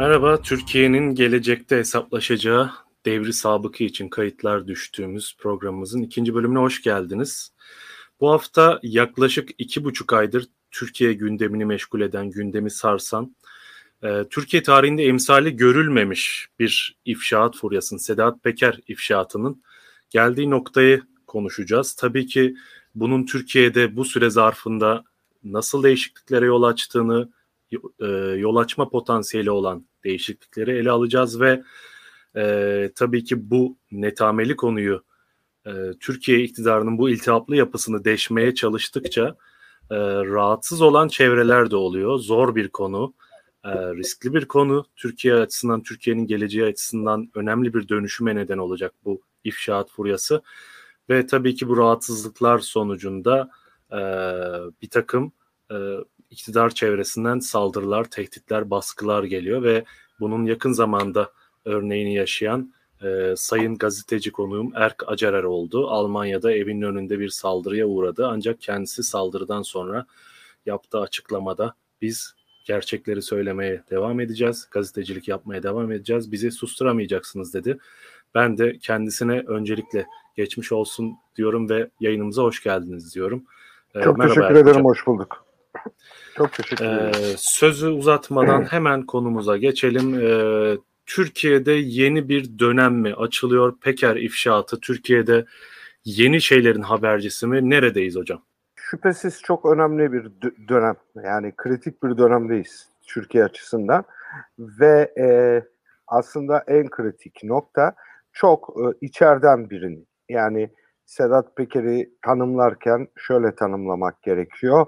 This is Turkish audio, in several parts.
Merhaba, Türkiye'nin gelecekte hesaplaşacağı devri sabıkı için kayıtlar düştüğümüz programımızın ikinci bölümüne hoş geldiniz. Bu hafta yaklaşık 2,5 aydır Türkiye gündemini meşgul eden, gündemi sarsan, Türkiye tarihinde emsali görülmemiş bir ifşaat furyasının, Sedat Peker ifşaatının geldiği noktayı konuşacağız. Tabii ki bunun Türkiye'de bu süre zarfında nasıl değişikliklere yol açtığını, yol açma potansiyeli olan değişiklikleri ele alacağız ve tabii ki bu netameli konuyu Türkiye iktidarının bu iltihaplı yapısını deşmeye çalıştıkça rahatsız olan çevreler de oluyor. Zor bir konu, riskli bir konu. Türkiye açısından, Türkiye'nin geleceği açısından önemli bir dönüşüme neden olacak bu ifşaat furyası. Ve tabii ki bu rahatsızlıklar sonucunda bir takım iktidar çevresinden saldırılar, tehditler, baskılar geliyor ve bunun yakın zamanda örneğini yaşayan sayın gazeteci konuğum Erk Acerer oldu. Almanya'da evinin önünde bir saldırıya uğradı. Ancak kendisi saldırıdan sonra yaptığı açıklamada biz gerçekleri söylemeye devam edeceğiz, gazetecilik yapmaya devam edeceğiz, bizi susturamayacaksınız dedi. Ben de kendisine öncelikle geçmiş olsun diyorum ve yayınımıza hoş geldiniz diyorum. Çok merhaba teşekkür ederim, hoş bulduk. Çok teşekkür ederim. Sözü uzatmadan hemen konumuza geçelim. Türkiye'de yeni bir dönem mi açılıyor? Peker ifşaatı Türkiye'de yeni şeylerin habercisi mi? Neredeyiz hocam? Şüphesiz çok önemli bir dönem. Yani kritik bir dönemdeyiz Türkiye açısından. Ve aslında en kritik nokta çok içeriden birini. Yani Sedat Peker'i tanımlarken şöyle tanımlamak gerekiyor.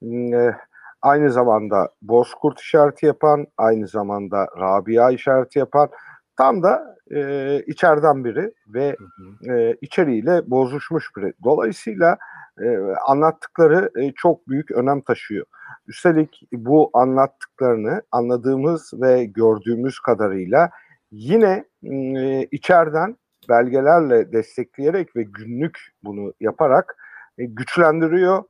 Aynı zamanda Bozkurt işareti yapan, aynı zamanda Rabia işareti yapan, tam da içeriden biri ve içeriğiyle bozuşmuş biri. Dolayısıyla anlattıkları çok büyük önem taşıyor. Üstelik bu anlattıklarını anladığımız ve gördüğümüz kadarıyla yine içeriden belgelerle destekleyerek ve günlük bunu yaparak güçlendiriyor.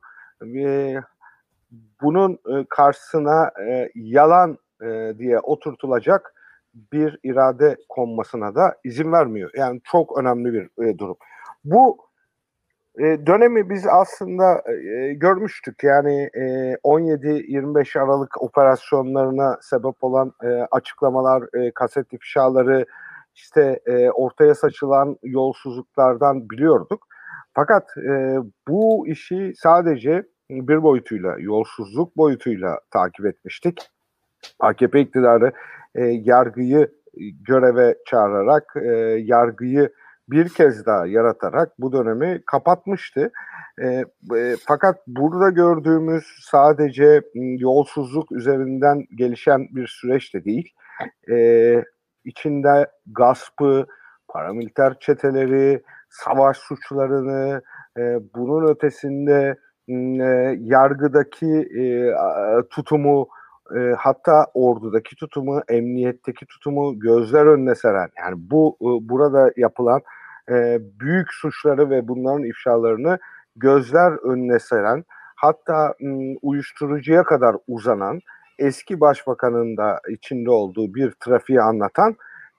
Bunun karşısına yalan diye oturtulacak bir irade konmasına da izin vermiyor. Yani çok önemli bir durum. Bu dönemi biz aslında görmüştük. Yani 17-25 Aralık operasyonlarına sebep olan açıklamalar, kaset ifşaları, işte ortaya saçılan yolsuzluklardan biliyorduk. Fakat bu işi sadece bir boyutuyla, yolsuzluk boyutuyla takip etmiştik. AKP iktidarı yargıyı göreve çağırarak, yargıyı bir kez daha yaratarak bu dönemi kapatmıştı. Fakat burada gördüğümüz sadece yolsuzluk üzerinden gelişen bir süreç de değil. İçinde gaspı, paramiliter çeteleri, savaş suçlarını, bunun ötesinde yargıdaki tutumu, hatta ordudaki tutumu, emniyetteki tutumu gözler önüne seren, yani bu burada yapılan büyük suçları ve bunların ifşalarını gözler önüne seren, hatta uyuşturucuya kadar uzanan, eski başbakanın da içinde olduğu bir trafiği anlatan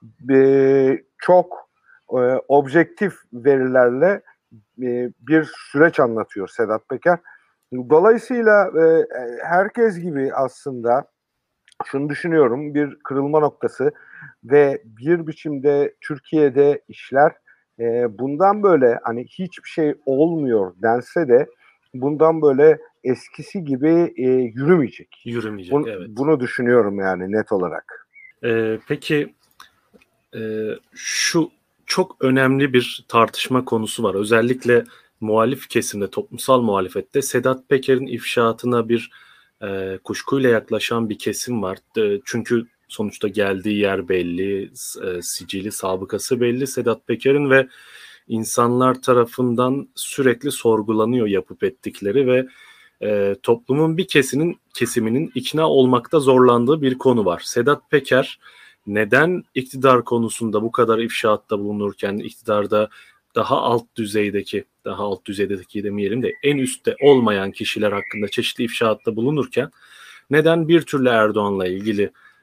çok objektif verilerle bir süreç anlatıyor Sedat Peker. Dolayısıyla herkes gibi aslında şunu düşünüyorum, bir kırılma noktası ve bir biçimde Türkiye'de işler bundan böyle hani hiçbir şey olmuyor dense de bundan böyle eskisi gibi yürümeyecek. Yürümeyecek, evet. Bunu düşünüyorum yani net olarak. Peki şu çok önemli bir tartışma konusu var. Özellikle muhalif kesimde, toplumsal muhalefette Sedat Peker'in ifşaatına bir kuşkuyla yaklaşan bir kesim var. Çünkü sonuçta geldiği yer belli, sicili, sabıkası belli Sedat Peker'in ve insanlar tarafından sürekli sorgulanıyor yapıp ettikleri ve toplumun bir kesiminin ikna olmakta zorlandığı bir konu var. Sedat Peker neden iktidar konusunda bu kadar ifşaatta bulunurken, iktidarda daha alt düzeydeki demeyelim de en üstte olmayan kişiler hakkında çeşitli ifşaatta bulunurken neden bir türlü Erdoğan'la ilgili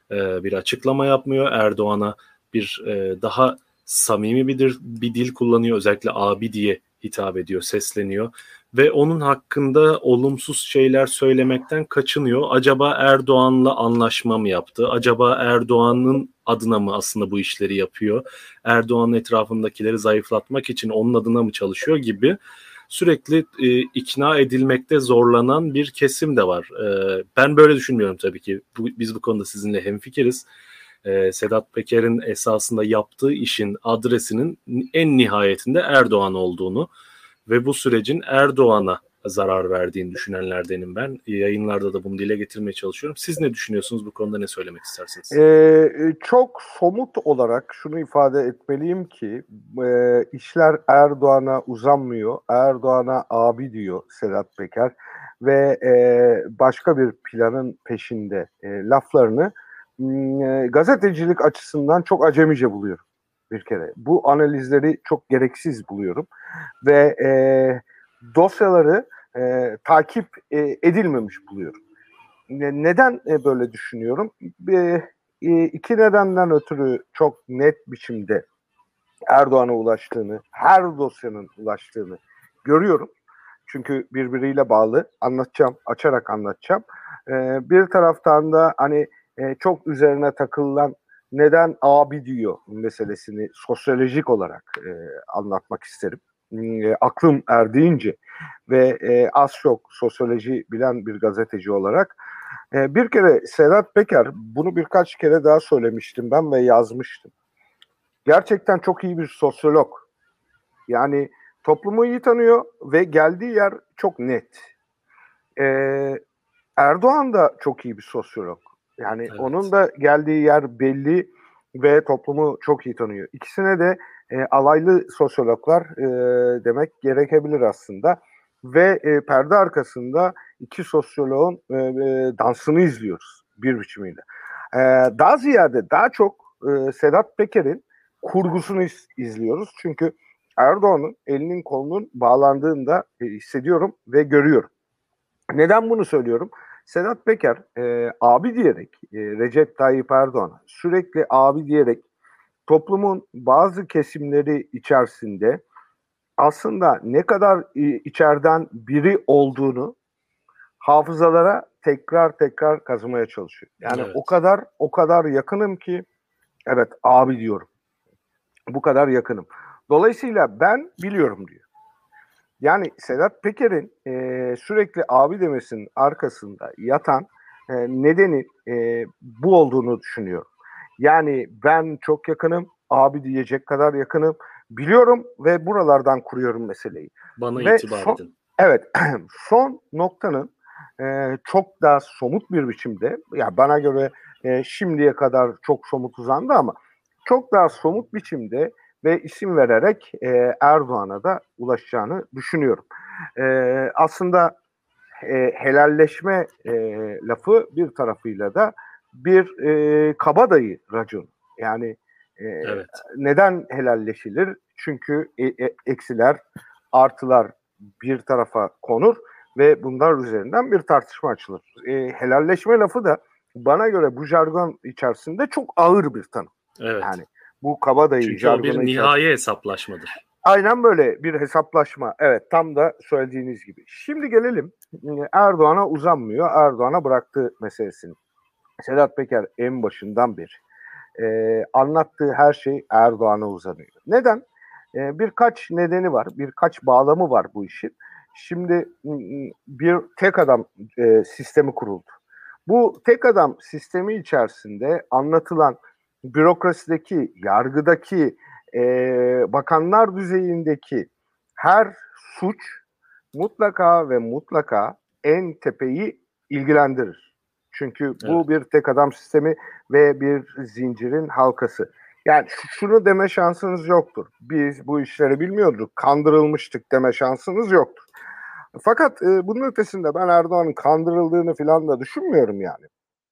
bir açıklama yapmıyor. Erdoğan'a bir daha samimi bir dil kullanıyor. Özellikle abi diye hitap ediyor, sesleniyor. Ve onun hakkında olumsuz şeyler söylemekten kaçınıyor. Acaba Erdoğan'la anlaşma mı yaptı? Acaba Erdoğan'ın adına mı aslında bu işleri yapıyor? Erdoğan'ın etrafındakileri zayıflatmak için onun adına mı çalışıyor gibi sürekli ikna edilmekte zorlanan bir kesim de var. Ben böyle düşünmüyorum tabii ki. Biz bu konuda sizinle hemfikiriz. Sedat Peker'in esasında yaptığı işin adresinin en nihayetinde Erdoğan olduğunu ve bu sürecin Erdoğan'a zarar verdiğini düşünenlerdenim ben. Yayınlarda da bunu dile getirmeye çalışıyorum. Siz ne düşünüyorsunuz bu konuda, ne söylemek istersiniz? Çok somut olarak şunu ifade etmeliyim ki işler Erdoğan'a uzanmıyor. Erdoğan'a abi diyor Sedat Peker ve başka bir planın peşinde laflarını gazetecilik açısından çok acemice buluyorum bir kere. Bu analizleri çok gereksiz buluyorum ve dosyaları takip edilmemiş buluyorum. Neden böyle düşünüyorum? İki nedenden ötürü çok net biçimde Erdoğan'a ulaştığını, her dosyanın ulaştığını görüyorum. Çünkü birbiriyle bağlı. Anlatacağım, açarak anlatacağım. Bir taraftan da hani çok üzerine takılan neden abi diyor meselesini sosyolojik olarak anlatmak isterim. Aklım erdiğince ve az çok sosyoloji bilen bir gazeteci olarak bir kere Sedat Peker, bunu birkaç kere daha söylemiştim ben ve yazmıştım. Gerçekten çok iyi bir sosyolog. Yani toplumu iyi tanıyor ve geldiği yer çok net. Erdoğan da çok iyi bir sosyolog. Yani Evet. onun da geldiği yer belli ve toplumu çok iyi tanıyor. İkisine de alaylı sosyologlar demek gerekebilir aslında. Ve perde arkasında iki sosyoloğun dansını izliyoruz bir biçimiyle. Daha ziyade, daha çok Sedat Peker'in kurgusunu izliyoruz. Çünkü Erdoğan'ın elinin kolunun bağlandığını da hissediyorum ve görüyorum. Neden bunu söylüyorum? Sedat Peker abi diyerek Recep Tayyip Erdoğan'a sürekli abi diyerek toplumun bazı kesimleri içerisinde aslında ne kadar içeriden biri olduğunu hafızalara tekrar tekrar kazımaya çalışıyor. Yani Evet. o kadar yakınım ki evet abi diyorum. Bu kadar yakınım. Dolayısıyla ben biliyorum diyor. Yani Sedat Peker'in sürekli abi demesinin arkasında yatan nedeni bu olduğunu düşünüyorum. Yani ben çok yakınım, abi diyecek kadar yakınım, biliyorum ve buralardan kuruyorum meseleyi. Bana Ve itibar edin. evet, son noktanın çok daha somut bir biçimde, ya bana göre şimdiye kadar çok somut uzandı ama çok daha somut biçimde ve isim vererek Erdoğan'a da ulaşacağını düşünüyorum. Aslında helalleşme lafı bir tarafıyla da bir kabadayı racon. Yani Evet. neden helalleşilir? Çünkü eksiler, artılar bir tarafa konur ve bunlar üzerinden bir tartışma açılır. Helalleşme lafı da bana göre bu jargon içerisinde çok ağır bir tanım. Evet. Yani bu kabadayı Çünkü o bir jargonu nihai hesaplaşmadır. aynen böyle bir hesaplaşma. Evet, tam da söylediğiniz gibi. Şimdi gelelim Erdoğan'a uzanmıyor, Erdoğan'a bıraktığı meselesini. Sedat Peker en başından beri anlattığı her şey Erdoğan'a uzanıyor. Neden? Birkaç nedeni var, birkaç bağlamı var bu işin. Şimdi bir tek adam sistemi kuruldu. Bu tek adam sistemi içerisinde anlatılan bürokrasideki, yargıdaki, bakanlar düzeyindeki her suç mutlaka ve mutlaka en tepeyi ilgilendirir. Çünkü bu Evet. bir tek adam sistemi ve bir zincirin halkası. Yani şunu deme şansınız yoktur. Biz bu işleri bilmiyorduk, kandırılmıştık deme şansınız yoktur. Fakat bunun ötesinde ben Erdoğan'ın kandırıldığını falan da düşünmüyorum yani.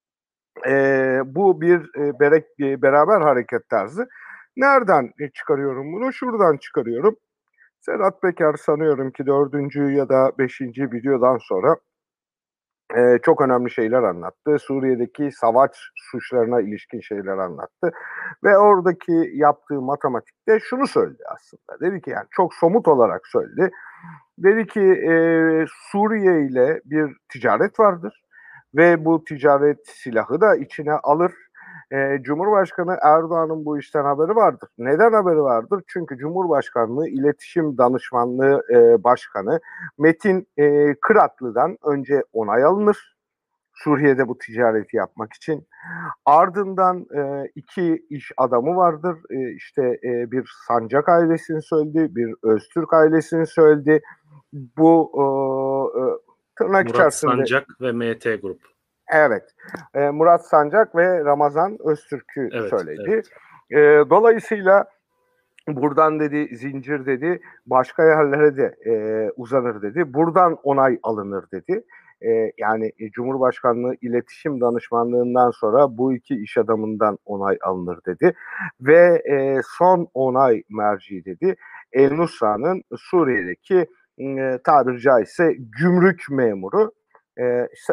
Bu bir beraber hareket tarzı. Nereden çıkarıyorum bunu? Şuradan çıkarıyorum. Sedat Peker sanıyorum ki 4. ya da 5. videodan sonra çok önemli şeyler anlattı. Suriye'deki savaş suçlarına ilişkin şeyler anlattı. Ve oradaki yaptığı matematikte şunu söyledi aslında. Dedi ki, yani çok somut olarak söyledi. Dedi ki Suriye ile bir ticaret vardır ve bu ticaret silahı da içine alır. Cumhurbaşkanı Erdoğan'ın bu işten haberi vardır. Neden haberi vardır? Çünkü Cumhurbaşkanlığı İletişim Danışmanlığı Başkanı Metin Kıratlı'dan önce onay alınır. Suriye'de bu ticareti yapmak için. Ardından iki iş adamı vardır. Bir Sancak ailesini söyledi, bir Öztürk ailesini söyledi. Bu tırnak Murat içerisinde... Sancak ve MT Grup. Evet. Murat Sancak ve Ramazan Öztürk'ü söyledi. Evet. Dolayısıyla buradan dedi zincir dedi başka yerlere de uzanır dedi. Buradan onay alınır dedi. Yani Cumhurbaşkanlığı İletişim Danışmanlığından sonra bu iki iş adamından onay alınır dedi. Ve son onay merci dedi. El Nusra'nın Suriye'deki tabiri caizse gümrük memuru işte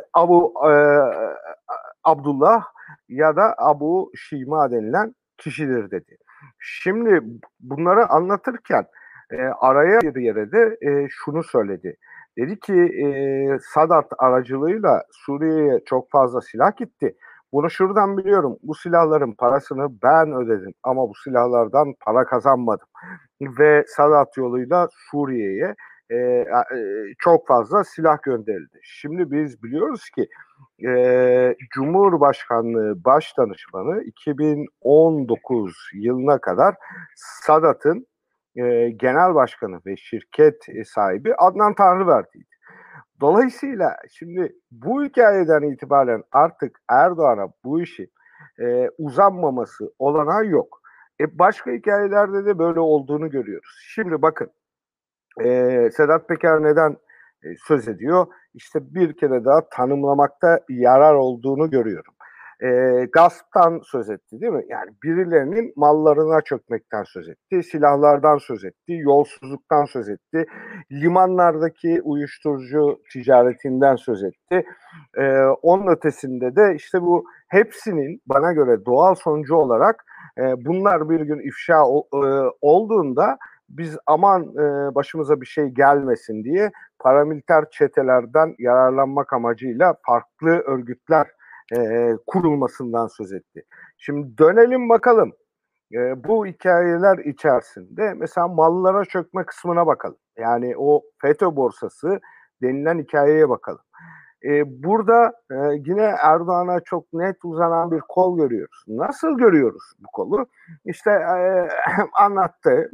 Abdullah ya da Abu Şima denilen kişidir dedi. Şimdi bunları anlatırken araya bir yere de şunu söyledi. Dedi ki Sadat aracılığıyla Suriye'ye çok fazla silah gitti. Bunu şuradan biliyorum. Bu silahların parasını ben ödedim ama bu silahlardan para kazanmadım. Ve Sadat yoluyla Suriye'ye çok fazla silah gönderildi. Şimdi biz biliyoruz ki Cumhurbaşkanlığı Başdanışmanı 2019 yılına kadar Sadat'ın genel başkanı ve şirket sahibi Adnan Tanrıverdi'ydi. Dolayısıyla şimdi bu hikayeden itibaren artık Erdoğan'a bu işin uzanmaması olanağı yok. Başka hikayelerde de böyle olduğunu görüyoruz. Şimdi bakın Sedat Peker neden söz ediyor? İşte bir kere daha tanımlamakta yarar olduğunu görüyorum. Gasptan söz etti değil mi? Yani birilerinin mallarına çökmekten söz etti, silahlardan söz etti, yolsuzluktan söz etti, limanlardaki uyuşturucu ticaretinden söz etti. Onun ötesinde de işte bu hepsinin bana göre doğal sonucu olarak bunlar bir gün ifşa olduğunda biz aman başımıza bir şey gelmesin diye paramiliter çetelerden yararlanmak amacıyla farklı örgütler kurulmasından söz etti. Şimdi dönelim bakalım bu hikayeler içerisinde mesela mallara çökme kısmına bakalım. Yani o FETÖ borsası denilen hikayeye bakalım. Burada yine Erdoğan'a çok net uzanan bir kol görüyoruz. Nasıl görüyoruz bu kolu? İşte anlattı.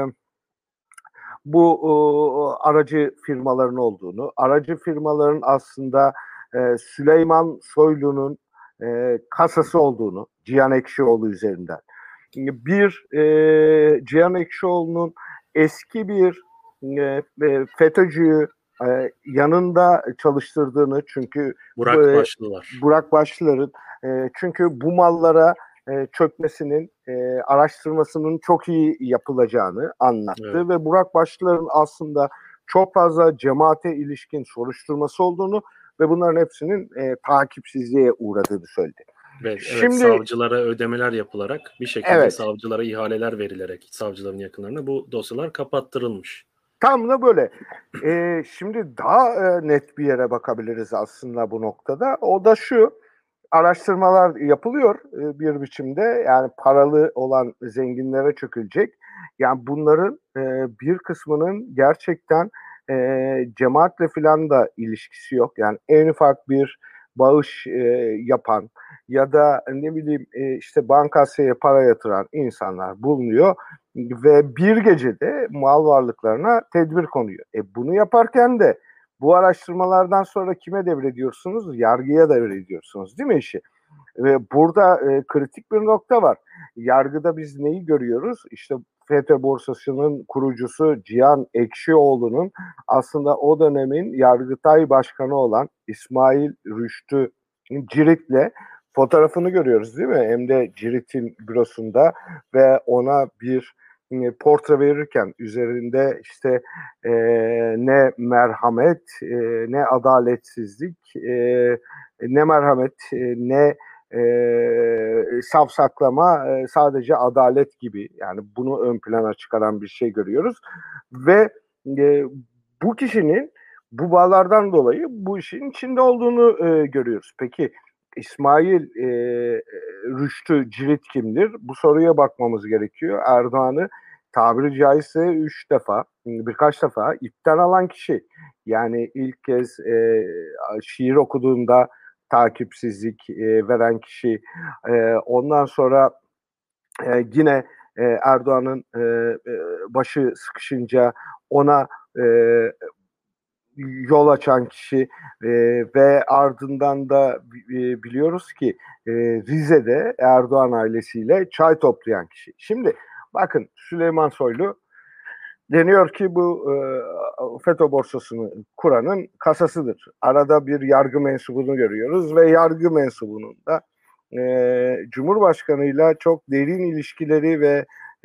Bu aracı firmaların olduğunu, aracı firmaların aslında Süleyman Soylu'nun kasası olduğunu, Cihan Ekşioğlu üzerinden. Cihan Ekşioğlu'nun eski bir FETÖ'cüyü yanında çalıştırdığını çünkü Burak Başlılar'ın çünkü bu mallara çökmesinin araştırmasının çok iyi yapılacağını anlattı. Evet. Ve Burak Başlılar'ın aslında çok fazla cemaate ilişkin soruşturması olduğunu ve bunların hepsinin takipsizliğe uğradığını söyledi. Evet, savcılara ödemeler yapılarak bir şekilde savcılara ihaleler verilerek savcıların yakınlarına bu dosyalar kapattırılmış. Tam da böyle. Şimdi daha net bir yere bakabiliriz aslında bu noktada. O da şu. Araştırmalar yapılıyor bir biçimde. Yani paralı olan zenginlere çökülecek. Yani bunların bir kısmının gerçekten cemaatle falan da ilişkisi yok. Yani en ufak bir bağış yapan ya da ne bileyim işte bankasya para yatıran insanlar bulunuyor ve bir gecede mal varlıklarına tedbir konuyor. Bunu yaparken de bu araştırmalardan sonra kime devrediyorsunuz? Yargıya devrediyorsunuz değil mi işi? Ve burada kritik bir nokta var. Yargıda biz neyi görüyoruz? İşte FETÖ borsasının kurucusu Cihan Ekşioğlu'nun aslında o dönemin Yargıtay Başkanı olan İsmail Rüştü Cirit'le fotoğrafını görüyoruz değil mi? Hem de Cirit'in bürosunda ve ona bir portre verirken üzerinde işte ne merhamet, ne adaletsizlik, ne merhamet, ne safsaklama, sadece adalet gibi, yani bunu ön plana çıkaran bir şey görüyoruz ve bu kişinin bu bağlardan dolayı bu işin içinde olduğunu görüyoruz. Peki İsmail Rüştü Cirit kimdir? Bu soruya bakmamız gerekiyor. Erdoğan'ı tabiri caizse 3 defa, birkaç defa ipten alan kişi. Yani ilk kez şiir okuduğunda takipsizlik veren kişi. Ondan sonra yine Erdoğan'ın başı sıkışınca ona e, yol açan kişi ve ardından da biliyoruz ki Rize'de Erdoğan ailesiyle çay toplayan kişi. Şimdi bakın, Süleyman Soylu deniyor ki bu FETÖ borsasını kuranın kasasıdır. Arada bir yargı mensubunu görüyoruz ve yargı mensubunun da Cumhurbaşkanıyla çok derin ilişkileri ve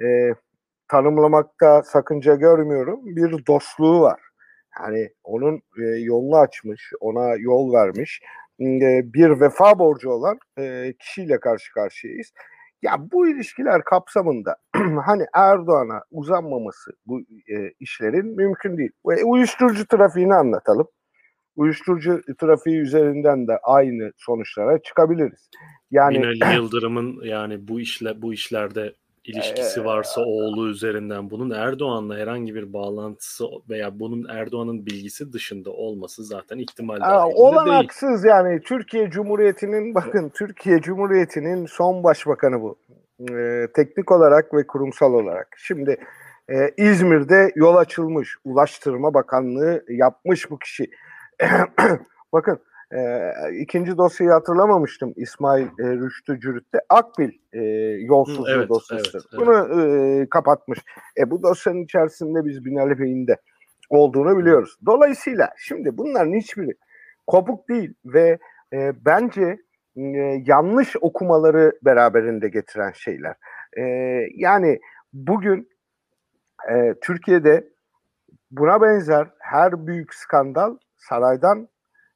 tanımlamakta sakınca görmüyorum, bir dostluğu var. Yani onun yolunu açmış, ona yol vermiş bir vefa borcu olan kişiyle karşı karşıyayız. Ya bu ilişkiler kapsamında hani Erdoğan'a uzanmaması bu işlerin mümkün değil. Uyuşturucu trafiğini anlatalım. Uyuşturucu trafiği üzerinden de aynı sonuçlara çıkabiliriz. Yani Binali Yıldırım'ın yani bu işlerde ilişkisi varsa oğlu üzerinden bunun Erdoğan'la herhangi bir bağlantısı veya bunun Erdoğan'ın bilgisi dışında olması zaten ihtimal dahilinde değil. olanaksız. Yani Türkiye Cumhuriyeti'nin, bakın, Türkiye Cumhuriyeti'nin son başbakanı bu. Teknik olarak ve kurumsal olarak. Şimdi İzmir'de yol açılmış. Ulaştırma Bakanlığı yapmış bu kişi. Bakın, ikinci dosyayı hatırlamamıştım. İsmail Rüştü Cürüt'te Akbil yolsuzluğu Evet, dosyası. evet. Bunu kapatmış. Bu dosyanın içerisinde biz Binali Bey'in de olduğunu biliyoruz. Dolayısıyla şimdi bunların hiçbiri kopuk değil ve bence yanlış okumaları beraberinde getiren şeyler. Yani bugün Türkiye'de buna benzer her büyük skandal saraydan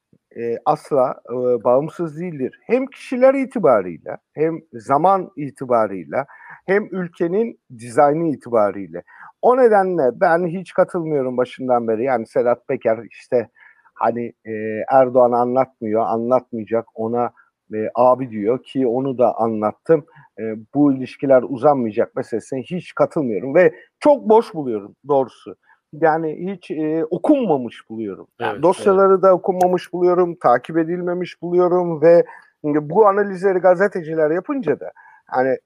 asla bağımsız değildir. Hem kişiler itibarıyla, hem zaman itibarıyla, hem ülkenin dizaynı itibariyle. O nedenle ben hiç katılmıyorum başından beri. Yani Sedat Peker işte hani Erdoğan anlatmıyor, anlatmayacak, ona abi diyor ki onu da anlattım. Bu ilişkiler uzanmayacak meselesine hiç katılmıyorum ve çok boş buluyorum doğrusu. Yani hiç okunmamış buluyorum. Yani Evet, dosyaları da okunmamış buluyorum, takip edilmemiş buluyorum ve bu analizleri gazeteciler yapınca da hani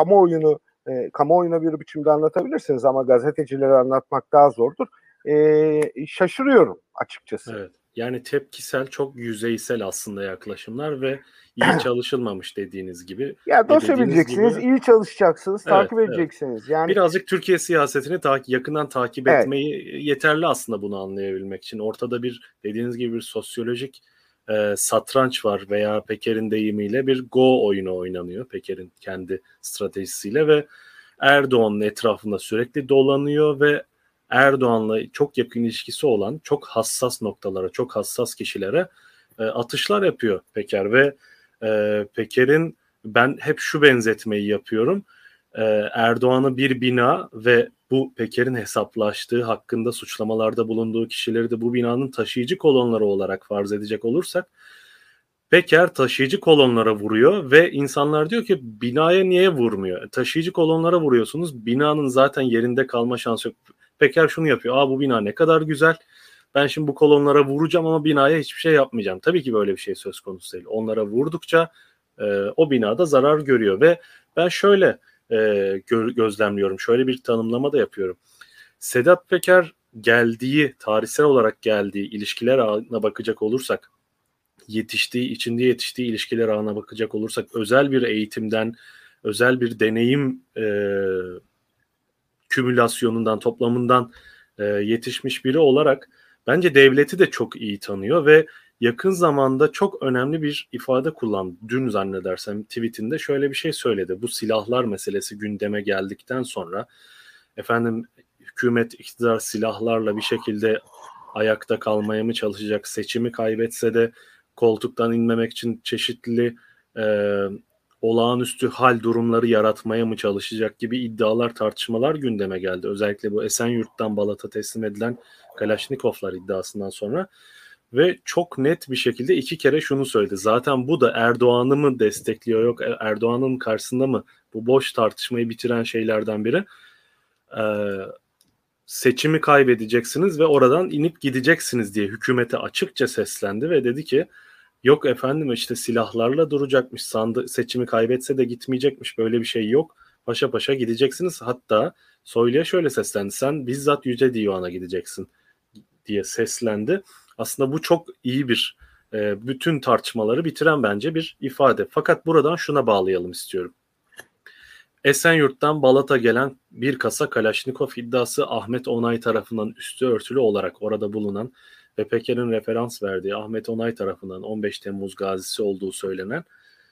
kamuoyuna bir biçimde anlatabilirsiniz ama gazetecilere anlatmak daha zordur. Şaşırıyorum açıkçası. evet. Yani tepkisel, çok yüzeysel aslında yaklaşımlar ve iyi çalışılmamış dediğiniz gibi. Ya dosya bileceksiniz, iyi çalışacaksınız, Evet, takip evet. edeceksiniz. Yani Birazcık Türkiye siyasetini yakından takip evet, etmeyi yeterli aslında bunu anlayabilmek için. Ortada bir dediğiniz gibi bir sosyolojik satranç var veya Peker'in deyimiyle bir Go oyunu oynanıyor. Peker'in kendi stratejisiyle ve Erdoğan'ın etrafında sürekli dolanıyor ve Erdoğan'la çok yakın ilişkisi olan çok hassas noktalara, çok hassas kişilere atışlar yapıyor Peker ve Peker'in ben hep şu benzetmeyi yapıyorum. Erdoğan'ı bir bina ve bu Peker'in hesaplaştığı hakkında suçlamalarda bulunduğu kişileri de bu binanın taşıyıcı kolonları olarak farz edecek olursak Peker taşıyıcı kolonlara vuruyor ve insanlar diyor ki binaya niye vurmuyor? Taşıyıcı kolonlara vuruyorsunuz. Binanın zaten yerinde kalma şansı yok. Peker şunu yapıyor. Bu bina ne kadar güzel. Ben şimdi bu kolonlara vuracağım ama binaya hiçbir şey yapmayacağım. Tabii ki böyle bir şey söz konusu değil. Onlara vurdukça o binada zarar görüyor ve ben şöyle gözlemliyorum. Şöyle bir tanımlama da yapıyorum. Sedat Peker tarihsel olarak geldiği ilişkiler ağına bakacak olursak, içinde yetiştiği ilişkiler ağına bakacak olursak, özel bir eğitimden, özel bir deneyim kümülasyonundan, toplamından yetişmiş biri olarak bence devleti de çok iyi tanıyor ve yakın zamanda çok önemli bir ifade kullandı. Dün zannedersem tweetinde şöyle bir şey söyledi. Bu silahlar meselesi gündeme geldikten sonra efendim hükümet, iktidar silahlarla bir şekilde ayakta kalmaya mı çalışacak? Seçimi kaybetse de koltuktan inmemek için çeşitli e, olağanüstü hal durumları yaratmaya mı çalışacak gibi iddialar, tartışmalar gündeme geldi. Özellikle bu Esenyurt'tan Balat'a teslim edilen Kalaşnikovlar iddiasından sonra ve çok net bir şekilde 2 kere şunu söyledi. Zaten bu da Erdoğan'ı mı destekliyor, yok Erdoğan'ın karşısında mı, bu boş tartışmayı bitiren şeylerden biri. Seçimi kaybedeceksiniz ve oradan inip gideceksiniz diye hükümete açıkça seslendi ve dedi ki yok efendim işte silahlarla duracakmış, seçimi kaybetse de gitmeyecekmiş, böyle bir şey yok. Paşa paşa gideceksiniz. Hatta Soylu'ya şöyle seslendi: sen bizzat Yüce Divan'a gideceksin diye seslendi. Aslında bu çok iyi bir bütün tartışmaları bitiren bence bir ifade. Fakat buradan şuna bağlayalım istiyorum. Esenyurt'tan Balat'a gelen bir kasa Kalaşnikov iddiası Ahmet Onay tarafından üstü örtülü olarak orada bulunan ve Peker'in referans verdiği Ahmet Onay tarafından 15 Temmuz gazisi olduğu söylenen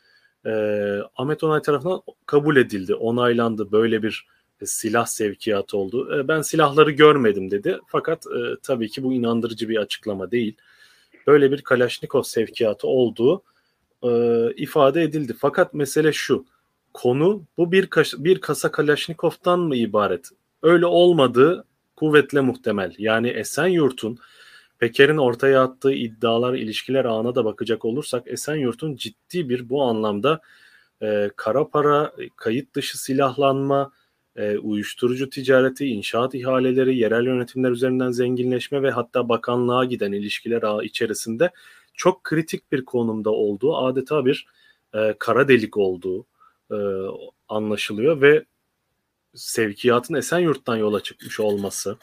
Ahmet Onay tarafından kabul edildi, onaylandı, böyle bir silah sevkiyatı oldu. Ben silahları görmedim dedi. Fakat tabii ki bu inandırıcı bir açıklama değil. Böyle bir Kalaşnikov sevkiyatı olduğu ifade edildi. Fakat mesele şu: konu bu bir kasa Kalaşnikov'tan mı ibaret? Öyle olmadığı kuvvetle muhtemel. Yani Esenyurt'un, Peker'in ortaya attığı iddialar, ilişkiler ağına da bakacak olursak Esenyurt'un ciddi bir bu anlamda kara para, kayıt dışı silahlanma, uyuşturucu ticareti, inşaat ihaleleri, yerel yönetimler üzerinden zenginleşme ve hatta bakanlığa giden ilişkiler ağı içerisinde çok kritik bir konumda olduğu, adeta bir kara delik olduğu e, anlaşılıyor ve sevkiyatın Esenyurt'tan yola çıkmış olması,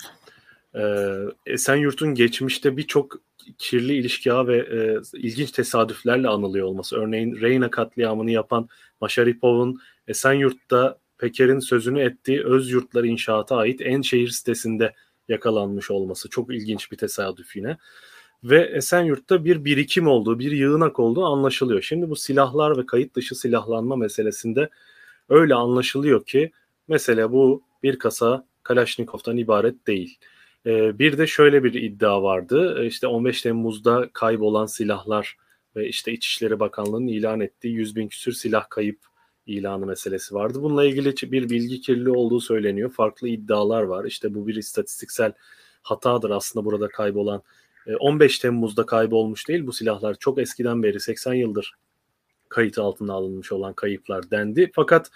Esenyurt'un geçmişte birçok kirli ilişki ağı ve ilginç tesadüflerle anılıyor olması. Örneğin Reyna katliamını yapan Maşaripov'un Esenyurt'ta Peker'in sözünü ettiği Özyurtlar inşaata ait en şehir sitesinde yakalanmış olması çok ilginç bir tesadüf yine. Ve Esenyurt'ta bir birikim olduğu, bir yığınak olduğu anlaşılıyor. Şimdi bu silahlar ve kayıt dışı silahlanma meselesinde öyle anlaşılıyor ki mesele bu bir kasa Kalaşnikov'tan ibaret değil. Bir de şöyle bir iddia vardı. İşte 15 Temmuz'da kaybolan silahlar ve işte İçişleri Bakanlığı'nın ilan ettiği 100 bin küsür silah kayıp ilanı meselesi vardı. Bununla ilgili bir bilgi kirliliği olduğu söyleniyor. Farklı iddialar var. İşte bu bir istatistiksel hatadır aslında burada kaybolan. 15 Temmuz'da kaybolmuş değil bu silahlar. Çok eskiden beri 80 yıldır kayıt altına alınmış olan kayıplar dendi. Fakat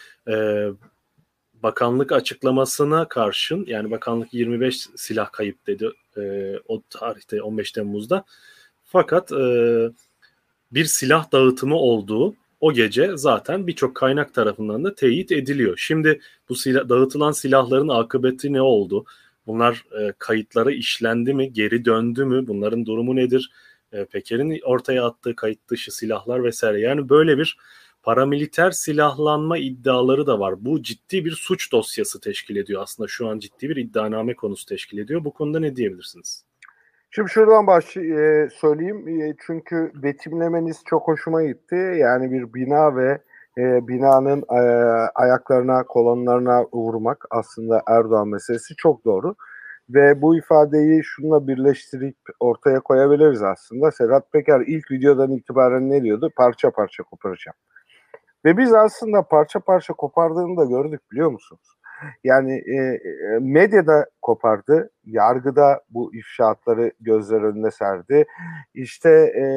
bakanlık açıklamasına karşın, yani bakanlık 25 silah kayıp dedi o tarihte 15 Temmuz'da. Fakat bir silah dağıtımı olduğu o gece zaten birçok kaynak tarafından da teyit ediliyor. Şimdi bu dağıtılan silahların akıbeti ne oldu? Bunlar kayıtlara işlendi mi? Geri döndü mü? Bunların durumu nedir? Peker'in ortaya attığı kayıt dışı silahlar vesaire. Yani böyle bir paramiliter silahlanma iddiaları da var. Bu ciddi bir suç dosyası teşkil ediyor. Aslında şu an ciddi bir iddianame konusu teşkil ediyor. Bu konuda ne diyebilirsiniz? Şimdi şuradan söyleyeyim. Çünkü betimlemeniz çok hoşuma gitti. Yani bir bina ve binanın ayaklarına, kolonlarına vurmak aslında Erdoğan meselesi çok doğru. Ve bu ifadeyi şununla birleştirip ortaya koyabiliriz aslında. Sedat Peker ilk videodan itibaren ne diyordu? Parça parça koparacağım. Ve biz aslında parça parça kopardığını da gördük, biliyor musunuz? Yani medyada kopardı, yargıda bu ifşaatları gözler önüne serdi. İşte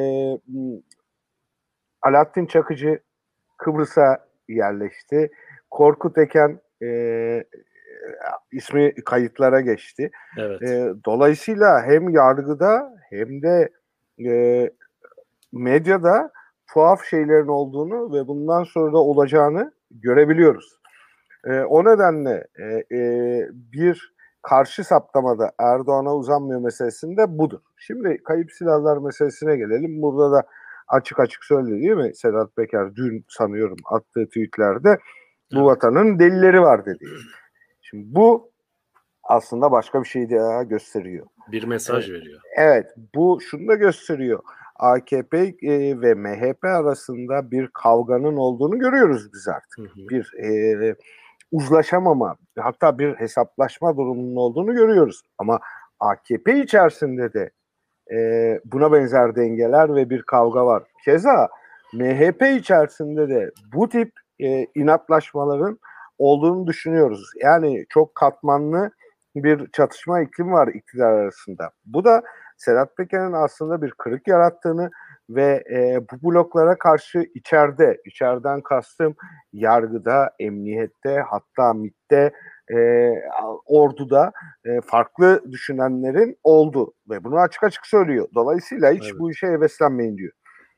Alaaddin Çakıcı Kıbrıs'a yerleşti. Korkut Eken ismi kayıtlara geçti. Evet. Dolayısıyla hem yargıda hem de medyada tuhaf şeylerin olduğunu ve bundan sonra da olacağını görebiliyoruz. O nedenle bir karşı saptamada Erdoğan'a uzanmıyor meselesinde budur. Şimdi kayıp silahlar meselesine gelelim. Burada da açık açık söyledi değil mi Sedat Peker dün sanıyorum attığı tweetlerde bu vatanın delileri var dedi. Şimdi bu aslında başka bir şey daha gösteriyor. Bir mesaj veriyor. Evet, bu şunu da gösteriyor. AKP ve MHP arasında bir kavganın olduğunu görüyoruz biz artık. Hı hı. Bir uzlaşamama, hatta bir hesaplaşma durumunun olduğunu görüyoruz. Ama AKP içerisinde de buna benzer dengeler ve bir kavga var. Keza MHP içerisinde de bu tip inatlaşmaların olduğunu düşünüyoruz. Yani çok katmanlı bir çatışma iklimi var iktidar arasında. Bu da Sedat Peker'in aslında bir kırık yarattığını ve bu bloklara karşı içeriden kastım yargıda, emniyette, hatta MİT'te, orduda farklı düşünenlerin oldu ve bunu açık açık söylüyor. Dolayısıyla hiç bu işe heveslenmeyin diyor.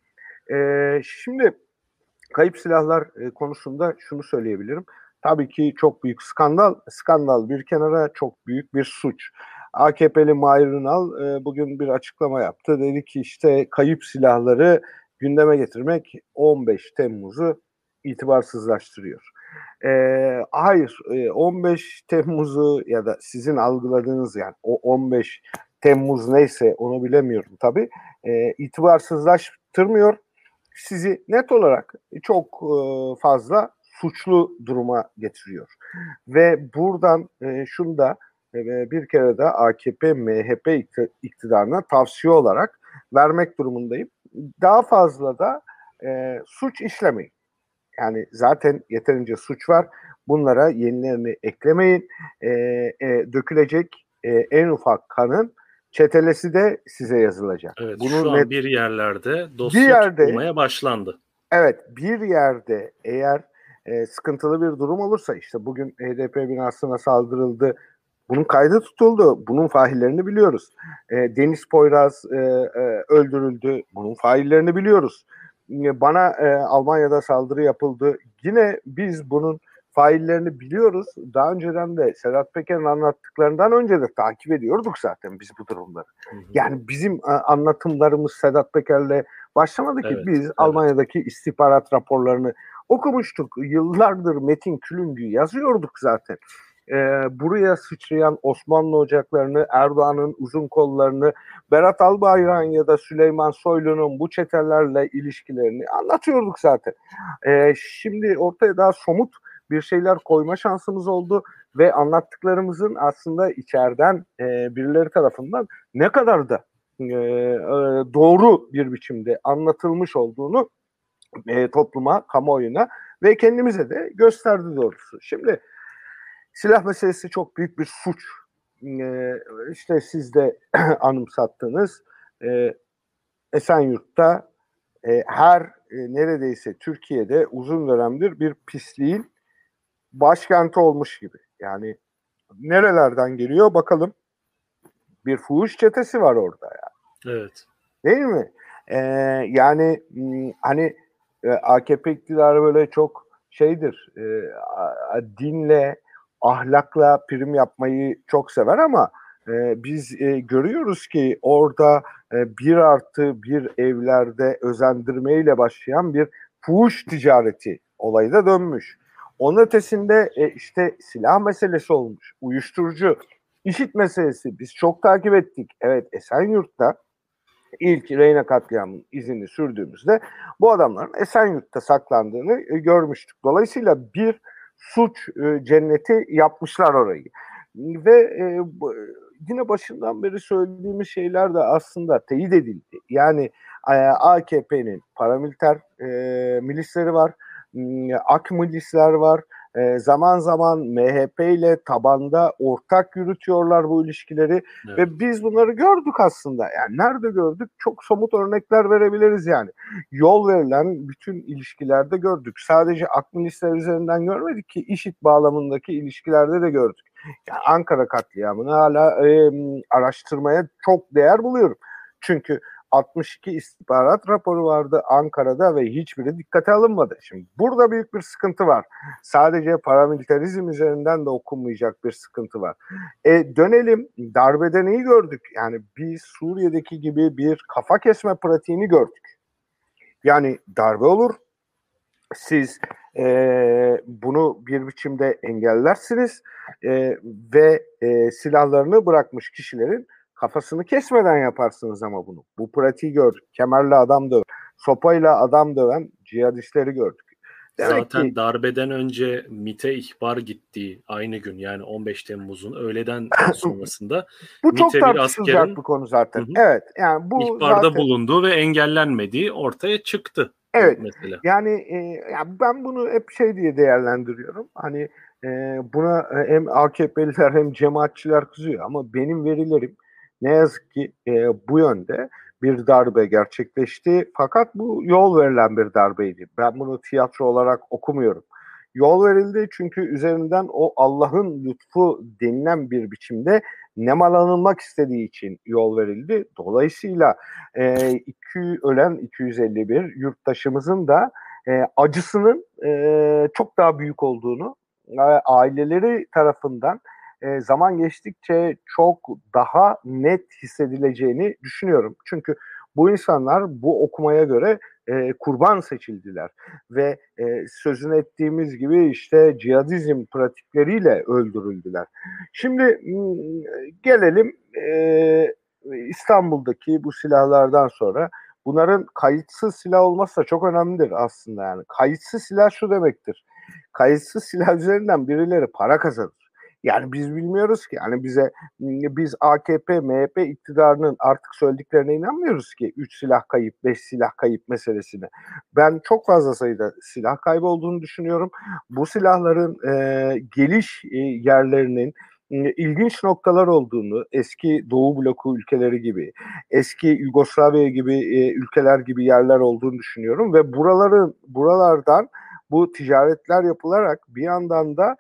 Şimdi kayıp silahlar konusunda şunu söyleyebilirim. Tabii ki çok büyük skandal bir kenara, çok büyük bir suç. AKP'li Mahir Ünal bugün bir açıklama yaptı. Dedi ki işte kayıp silahları gündeme getirmek 15 Temmuz'u itibarsızlaştırıyor. Hayır, 15 Temmuz'u ya da sizin algıladığınız, yani o 15 Temmuz neyse onu bilemiyorum tabii, itibarsızlaştırmıyor. Sizi net olarak çok fazla suçlu duruma getiriyor. Ve buradan şunu da bir kere de AKP, MHP iktidarına tavsiye olarak vermek durumundayım. Daha fazla da suç işlemeyin. Yani zaten yeterince suç var. Bunlara yenilerini eklemeyin. Dökülecek en ufak kanın çetelesi de size yazılacak. Evet, Bunu şu an bir yerlerde dosya tutulmaya başlandı. Evet, bir yerde eğer sıkıntılı bir durum olursa, işte bugün HDP binasına saldırıldı, bunun kaydı tutuldu, bunun faillerini biliyoruz. Deniz Poyraz öldürüldü, bunun faillerini biliyoruz. Bana Almanya'da saldırı yapıldı, yine biz bunun faillerini biliyoruz. Daha önceden de Sedat Peker'in anlattıklarından önce de takip ediyorduk zaten biz bu durumları. Yani bizim anlatımlarımız Sedat Peker'le başlamadı ki. Biz Almanya'daki istihbarat raporlarını okumuştuk. Yıllardır Metin Külüngü yazıyorduk zaten. Buraya sıçrayan Osmanlı ocaklarını, Erdoğan'ın uzun kollarını, Berat Albayrak'ın ya da Süleyman Soylu'nun bu çetelerle ilişkilerini anlatıyorduk zaten. Şimdi ortaya daha somut bir şeyler koyma şansımız oldu ve anlattıklarımızın aslında içeriden birileri tarafından ne kadar da doğru bir biçimde anlatılmış olduğunu topluma, kamuoyuna ve kendimize de gösterdi doğrusu. Şimdi silah meselesi çok büyük bir suç. İşte siz de anımsattınız. Esenyurt'ta neredeyse Türkiye'de uzun dönemdir bir pisliğin başkenti olmuş gibi. Yani nerelerden geliyor bakalım. Bir fuhuş çetesi var orada yani. Evet. Değil mi? Yani hani AKP iktidarı böyle çok şeydir, dinle, ahlakla prim yapmayı çok sever ama biz görüyoruz ki orada 1+1 evlerde özendirmeyle başlayan bir fuhuş ticareti olayı da dönmüş. Onun ötesinde işte silah meselesi olmuş, uyuşturucu, IŞİD meselesi biz çok takip ettik. Evet, Esenyurt'ta İlk Reyna katliamının izini sürdüğümüzde bu adamların Esenyurt'ta saklandığını görmüştük. Dolayısıyla bir suç cenneti yapmışlar orayı. Ve yine başından beri söylediğimiz şeyler de aslında teyit edildi. Yani AKP'nin paramiliter milisleri var, AK milisler var. Zaman zaman MHP ile tabanda ortak yürütüyorlar bu ilişkileri. Evet. Ve biz bunları gördük aslında. Yani nerede gördük? Çok somut örnekler verebiliriz yani. Yol verilen bütün ilişkilerde gördük. Sadece AK milisler üzerinden görmedik ki, IŞİD bağlamındaki ilişkilerde de gördük. Yani Ankara katliamını hala araştırmaya çok değer buluyorum. Çünkü 62 istihbarat raporu vardı Ankara'da ve hiçbiri dikkate alınmadı. Şimdi burada büyük bir sıkıntı var. Sadece paramilitarizm üzerinden de okunmayacak bir sıkıntı var. Dönelim, darbede neyi gördük? Yani biz Suriye'deki gibi bir kafa kesme pratiğini gördük. Yani darbe olur, siz bunu bir biçimde engellersiniz ve silahlarını bırakmış kişilerin kafasını kesmeden yaparsınız ama bunu. Bu pratiği gördük. Kemerle adam döven, sopayla adam döven cihadistleri gördük. Demek ki Zaten darbeden önce MİT'e ihbar gittiği aynı gün, yani 15 Temmuz'un öğleden sonrasında bu çok MİT'e bir tartışılacak askerin bir konu zaten. hı hı, Evet, yani bu ihbarda zaten bulunduğu ve engellenmediği ortaya çıktı bu evet. mesele. Yani ya ben bunu hep şey diye değerlendiriyorum. Hani buna hem AKP'liler hem cemaatçiler kızıyor ama benim verilerim ne yazık ki bu yönde bir darbe gerçekleşti. Fakat bu yol verilen bir darbeydi. Ben bunu tiyatro olarak okumuyorum. Yol verildi çünkü üzerinden o Allah'ın lütfu denilen bir biçimde nemalanılmak istediği için yol verildi. Dolayısıyla ölen 251 yurttaşımızın da acısının çok daha büyük olduğunu, aileleri tarafından zaman geçtikçe çok daha net hissedileceğini düşünüyorum. Çünkü bu insanlar bu okumaya göre kurban seçildiler ve sözünü ettiğimiz gibi işte cihadizm pratikleriyle öldürüldüler. Şimdi gelelim İstanbul'daki bu silahlardan sonra bunların kayıtsız silah olması da çok önemlidir aslında yani. Kayıtsız silah şu demektir. Kayıtsız silah üzerinden birileri para kazanır. Yani biz bilmiyoruz ki yani biz AKP, MHP iktidarının artık söylediklerine inanmıyoruz ki 3 silah kayıp, 5 silah kayıp meselesine. Ben çok fazla sayıda silah kaybı olduğunu düşünüyorum. Bu silahların geliş yerlerinin ilginç noktalar olduğunu, eski Doğu bloku ülkeleri gibi, eski Yugoslavya gibi ülkeler gibi yerler olduğunu düşünüyorum ve buralardan bu ticaretler yapılarak bir yandan da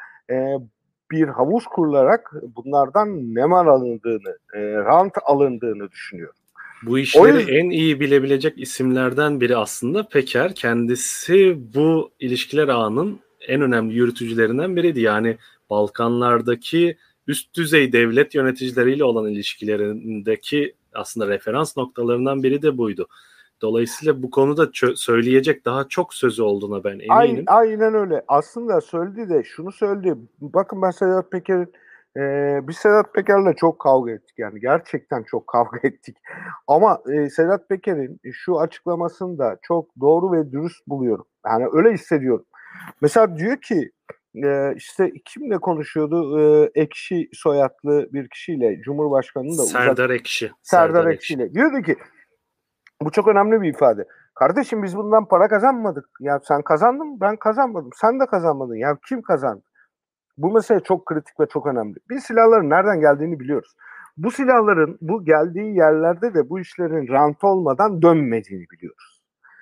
bir havuz kurularak bunlardan nemar alındığını, rant alındığını düşünüyorum. Bu O işleri yüzden en iyi bilebilecek isimlerden biri aslında Peker. Kendisi bu ilişkiler ağının en önemli yürütücülerinden biriydi. Yani Balkanlardaki üst düzey devlet yöneticileriyle olan ilişkilerindeki aslında referans noktalarından biri de buydu. Dolayısıyla bu konuda söyleyecek daha çok sözü olduğuna ben eminim. aynen öyle. Aslında söyledi de şunu söyledi. Bakın ben Sedat Peker'in biz Sedat Peker'le çok kavga ettik yani gerçekten çok kavga ettik. Ama Sedat Peker'in şu açıklamasını da çok doğru ve dürüst buluyorum. Yani öyle hissediyorum. Mesela diyor ki işte kimle konuşuyordu? Ekşi soyadlı bir kişiyle Cumhurbaşkanı'nın da uzak Serdar Ekşi. Serdar Serdar Ekşi Ekşi. ile. Diyordu ki bu çok önemli bir ifade. Kardeşim biz bundan para kazanmadık. Ya sen kazandın, ben kazanmadım. Sen de kazanmadın. Ya kim kazandı? Bu mesele çok kritik ve çok önemli. Biz silahların nereden geldiğini biliyoruz. Bu silahların bu geldiği yerlerde de bu işlerin rant olmadan dönmediğini biliyoruz.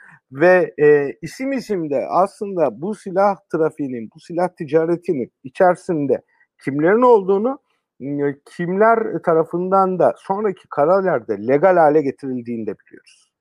Ve isim isim de aslında bu silah trafiğinin, bu silah ticaretinin içerisinde kimlerin olduğunu, kimler tarafından da sonraki kararlarda legal hale getirildiğini de biliyoruz.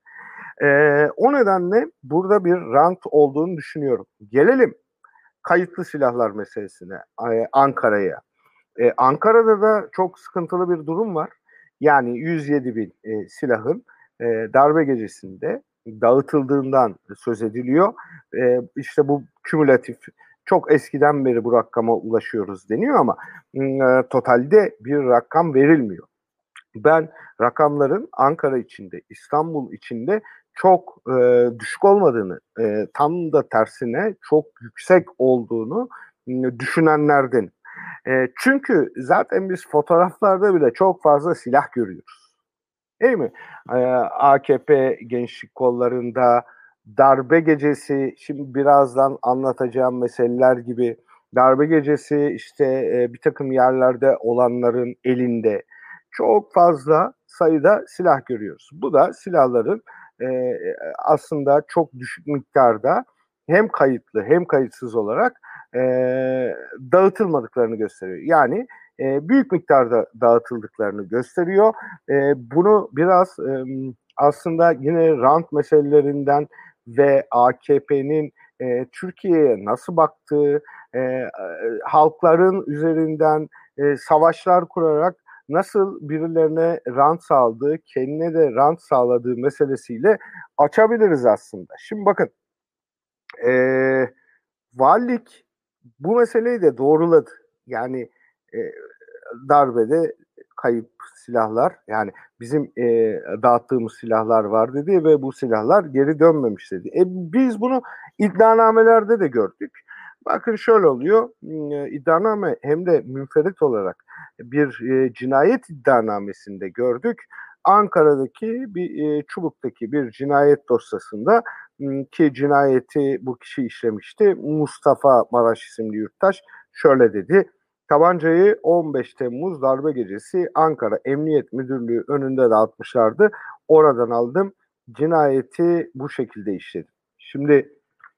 O nedenle burada bir rant olduğunu düşünüyorum. Gelelim kayıtlı silahlar meselesine, Ankara'ya. Ankara'da da çok sıkıntılı bir durum var. Yani 107 bin silahın darbe gecesinde dağıtıldığından söz ediliyor. İşte bu kümülatif, çok eskiden beri bu rakama ulaşıyoruz deniyor ama totalde bir rakam verilmiyor. Ben rakamların Ankara içinde, İstanbul içinde çok düşük olmadığını, tam da tersine çok yüksek olduğunu düşünenlerden. Çünkü zaten biz fotoğraflarda bile çok fazla silah görüyoruz. Değil mi? AKP gençlik kollarında darbe gecesi, şimdi birazdan anlatacağım meseleler gibi darbe gecesi işte bir takım yerlerde olanların elinde çok fazla sayıda silah görüyoruz. Bu da silahların aslında çok düşük miktarda hem kayıtlı hem kayıtsız olarak e, dağıtılmadıklarını gösteriyor. Yani büyük miktarda dağıtıldıklarını gösteriyor. Bunu biraz aslında yine rant meselelerinden ve AKP'nin Türkiye'ye nasıl baktığı, halkların üzerinden savaşlar kurarak nasıl birilerine rant sağladığı, kendine de rant sağladığı meselesiyle açabiliriz aslında. Şimdi bakın, e, valilik bu meseleyi de doğruladı. Yani e, darbede kayıp silahlar, yani bizim dağıttığımız silahlar var dedi ve bu silahlar geri dönmemiş dedi. Biz bunu iddianamelerde de gördük. Bakın şöyle oluyor, iddianame hem de münferit olarak bir cinayet iddianamesinde gördük. Ankara'daki bir Çubuk'taki bir cinayet dosyasında, ki cinayeti bu kişi işlemişti. Mustafa Maraş isimli yurttaş şöyle dedi: tabancayı 15 Temmuz darbe gecesi Ankara Emniyet Müdürlüğü önünde dağıtmışlardı. Oradan aldım. Cinayeti bu şekilde işledim. Şimdi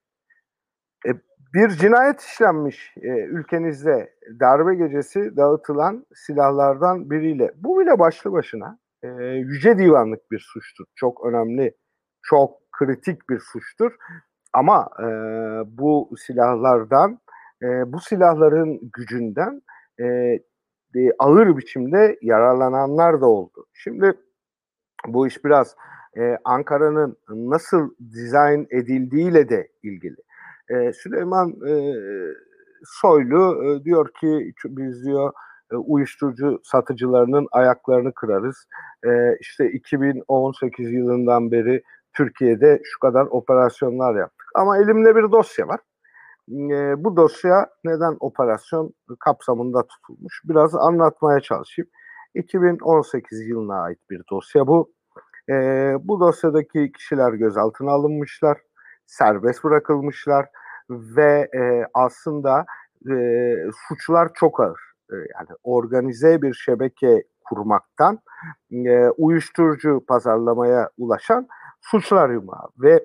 bir cinayet işlenmiş ülkenizde darbe gecesi dağıtılan silahlardan biriyle. Bu bile başlı başına yüce divanlık bir suçtur. Çok önemli, çok kritik bir suçtur. Ama bu silahlardan, bu silahların gücünden ağır biçimde yararlananlar da oldu. Şimdi bu iş biraz Ankara'nın nasıl dizayn edildiğiyle de ilgili. Süleyman Soylu diyor ki biz diyor uyuşturucu satıcılarının ayaklarını kırarız. İşte 2018 yılından beri Türkiye'de şu kadar operasyonlar yaptık. Ama elimde bir dosya var. Bu dosya neden operasyon kapsamında tutulmuş? Biraz anlatmaya çalışayım. 2018 yılına ait bir dosya bu. Bu dosyadaki kişiler gözaltına alınmışlar, serbest bırakılmışlar ve aslında suçlar çok ağır. Yani organize bir şebeke kurmaktan uyuşturucu pazarlamaya ulaşan suçlar yumağı ve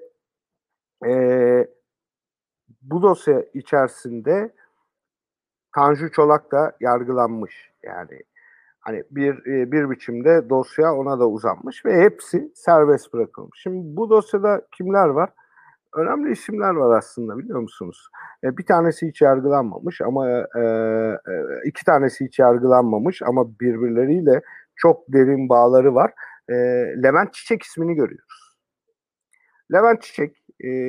bu dosya içerisinde Tanju Çolak da yargılanmış. Yani hani bir biçimde dosya ona da uzanmış ve hepsi serbest bırakılmış. Şimdi bu dosyada kimler var? Önemli isimler var aslında, biliyor musunuz? Bir tanesi hiç yargılanmamış ama iki tanesi hiç yargılanmamış ama birbirleriyle çok derin bağları var. Levent Çiçek ismini görüyoruz. Levent Çiçek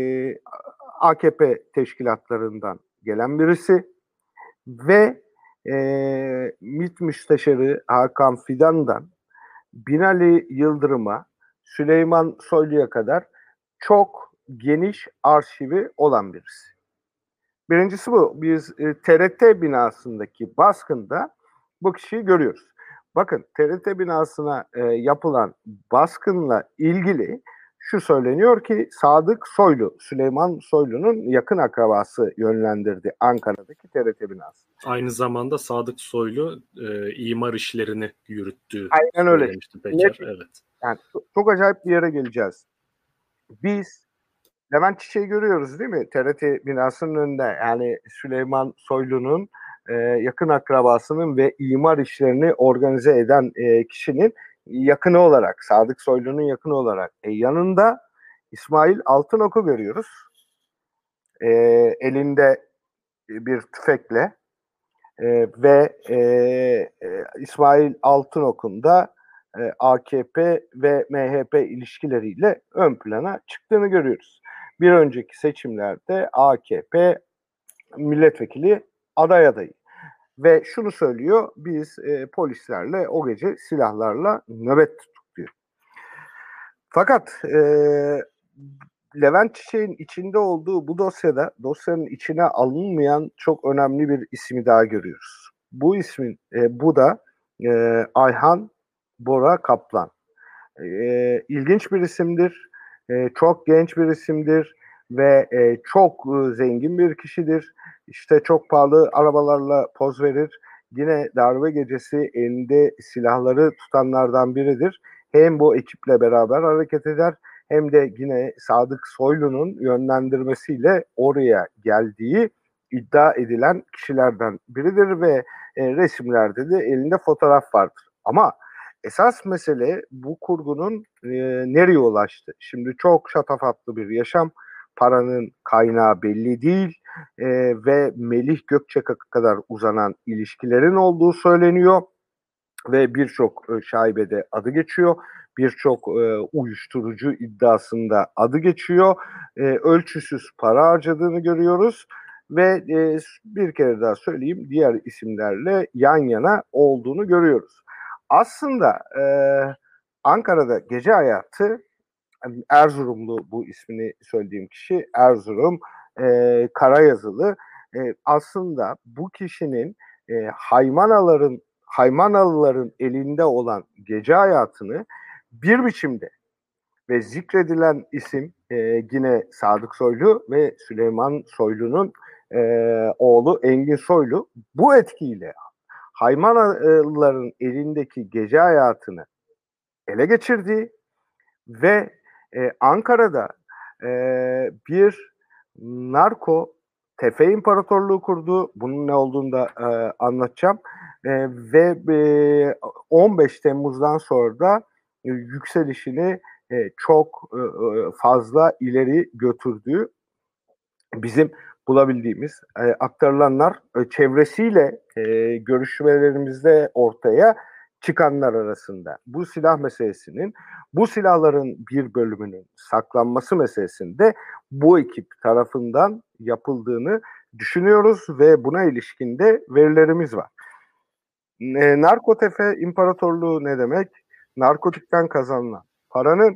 AKP teşkilatlarından gelen birisi ve MİT Müsteşarı Hakan Fidan'dan Binali Yıldırım'a, Süleyman Soylu'ya kadar çok geniş arşivi olan birisi. Birincisi bu. Biz TRT binasındaki baskında bu kişiyi görüyoruz. Bakın, TRT binasına yapılan baskınla ilgili şu söyleniyor ki Sadık Soylu, Süleyman Soylu'nun yakın akrabası yönlendirdi Ankara'daki TRT binası. Aynı zamanda Sadık Soylu imar işlerini yürüttüğü Aynen öyle. söylemişti Peker. Evet. Yani çok acayip bir yere geleceğiz. Biz Levent Çiçek'i görüyoruz değil mi? TRT binasının önünde, yani Süleyman Soylu'nun yakın akrabasının ve imar işlerini organize eden kişinin yakını olarak, Sadık Soylu'nun yakını olarak. Yanında İsmail Altınok'u görüyoruz. Elinde bir tüfekle ve İsmail Altınok'un da AKP ve MHP ilişkileriyle ön plana çıktığını görüyoruz. Bir önceki seçimlerde AKP milletvekili adayı. Ve şunu söylüyor: biz polislerle o gece silahlarla nöbet tuttuk diyor. Fakat Levent Çiçek'in içinde olduğu bu dosyada, dosyanın içine alınmayan çok önemli bir ismi daha görüyoruz. Bu ismin, bu da Ayhan Bora Kaplan. İlginç bir isimdir, çok genç bir isimdir ve çok zengin bir kişidir. İşte çok pahalı arabalarla poz verir. Yine darbe gecesi elinde silahları tutanlardan biridir. Hem bu ekiple beraber hareket eder, hem de yine Sadık Soylu'nun yönlendirmesiyle oraya geldiği iddia edilen kişilerden biridir ve resimlerde de elinde fotoğraf vardır. Ama esas mesele bu kurgunun nereye ulaştı? Şimdi çok şatafatlı bir yaşam, paranın kaynağı belli değil ve Melih Gökçek'e kadar uzanan ilişkilerin olduğu söyleniyor ve birçok şaibede adı geçiyor. Birçok uyuşturucu iddiasında adı geçiyor. Ölçüsüz para harcadığını görüyoruz ve bir kere daha söyleyeyim, diğer isimlerle yan yana olduğunu görüyoruz. Aslında Ankara'da gece hayatı, Erzurumlu bu ismini söylediğim kişi, Erzurum Karayazılı. Aslında bu kişinin Haymanalıların elinde olan gece hayatını bir biçimde, ve zikredilen isim yine Sadık Soylu ve Süleyman Soylu'nun oğlu Engin Soylu, bu etkiyle Haymanalıların elindeki gece hayatını ele geçirdi ve Ankara'da bir narko tefe imparatorluğu kurdu. Bunun ne olduğunu da anlatacağım. Ve 15 Temmuz'dan sonra da yükselişini çok fazla ileri götürdüğü bizim bulabildiğimiz aktarılanlar, çevresiyle görüşmelerimizde ortaya çıkanlar arasında. Bu silah meselesinin, bu silahların bir bölümünün saklanması meselesinde bu ekip tarafından yapıldığını düşünüyoruz ve buna ilişkin de verilerimiz var. Narkotefe imparatorluğu ne demek? Narkotikten kazanılan paranın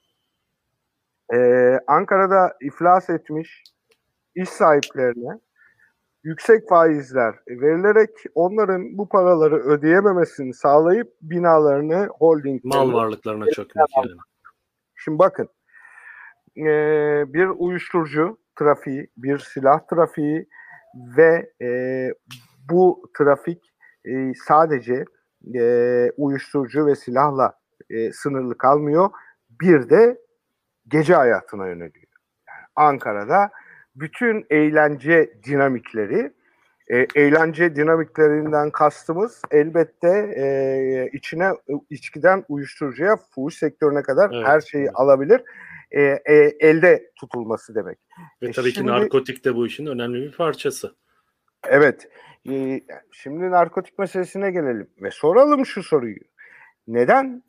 Ankara'da iflas etmiş iş sahiplerine yüksek faizler verilerek onların bu paraları ödeyememesini sağlayıp binalarını, holdinglerini, mal varlıklarına çökmek yani. Şimdi bakın, bir uyuşturucu trafiği, bir silah trafiği ve bu trafik sadece uyuşturucu ve silahla sınırlı kalmıyor. Bir de gece hayatına yöneliyor. Yani Ankara'da bütün eğlence dinamikleri, eğlence dinamiklerinden kastımız elbette içine içkiden uyuşturucuya, fuhuş sektörüne kadar her şeyi alabilir. Elde tutulması demek. Ve tabii ki narkotik de bu işin önemli bir parçası. Evet. Şimdi narkotik meselesine gelelim ve soralım şu soruyu. Neden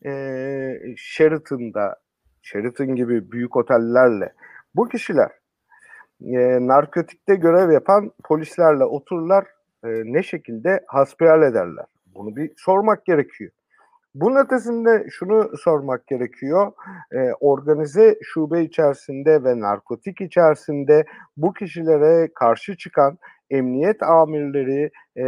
Sheraton gibi büyük otellerle bu kişiler narkotikte görev yapan polislerle otururlar, ne şekilde hasbihal ederler? Bunu bir sormak gerekiyor. Bunun ötesinde şunu sormak gerekiyor. Organize şube içerisinde ve narkotik içerisinde bu kişilere karşı çıkan emniyet amirleri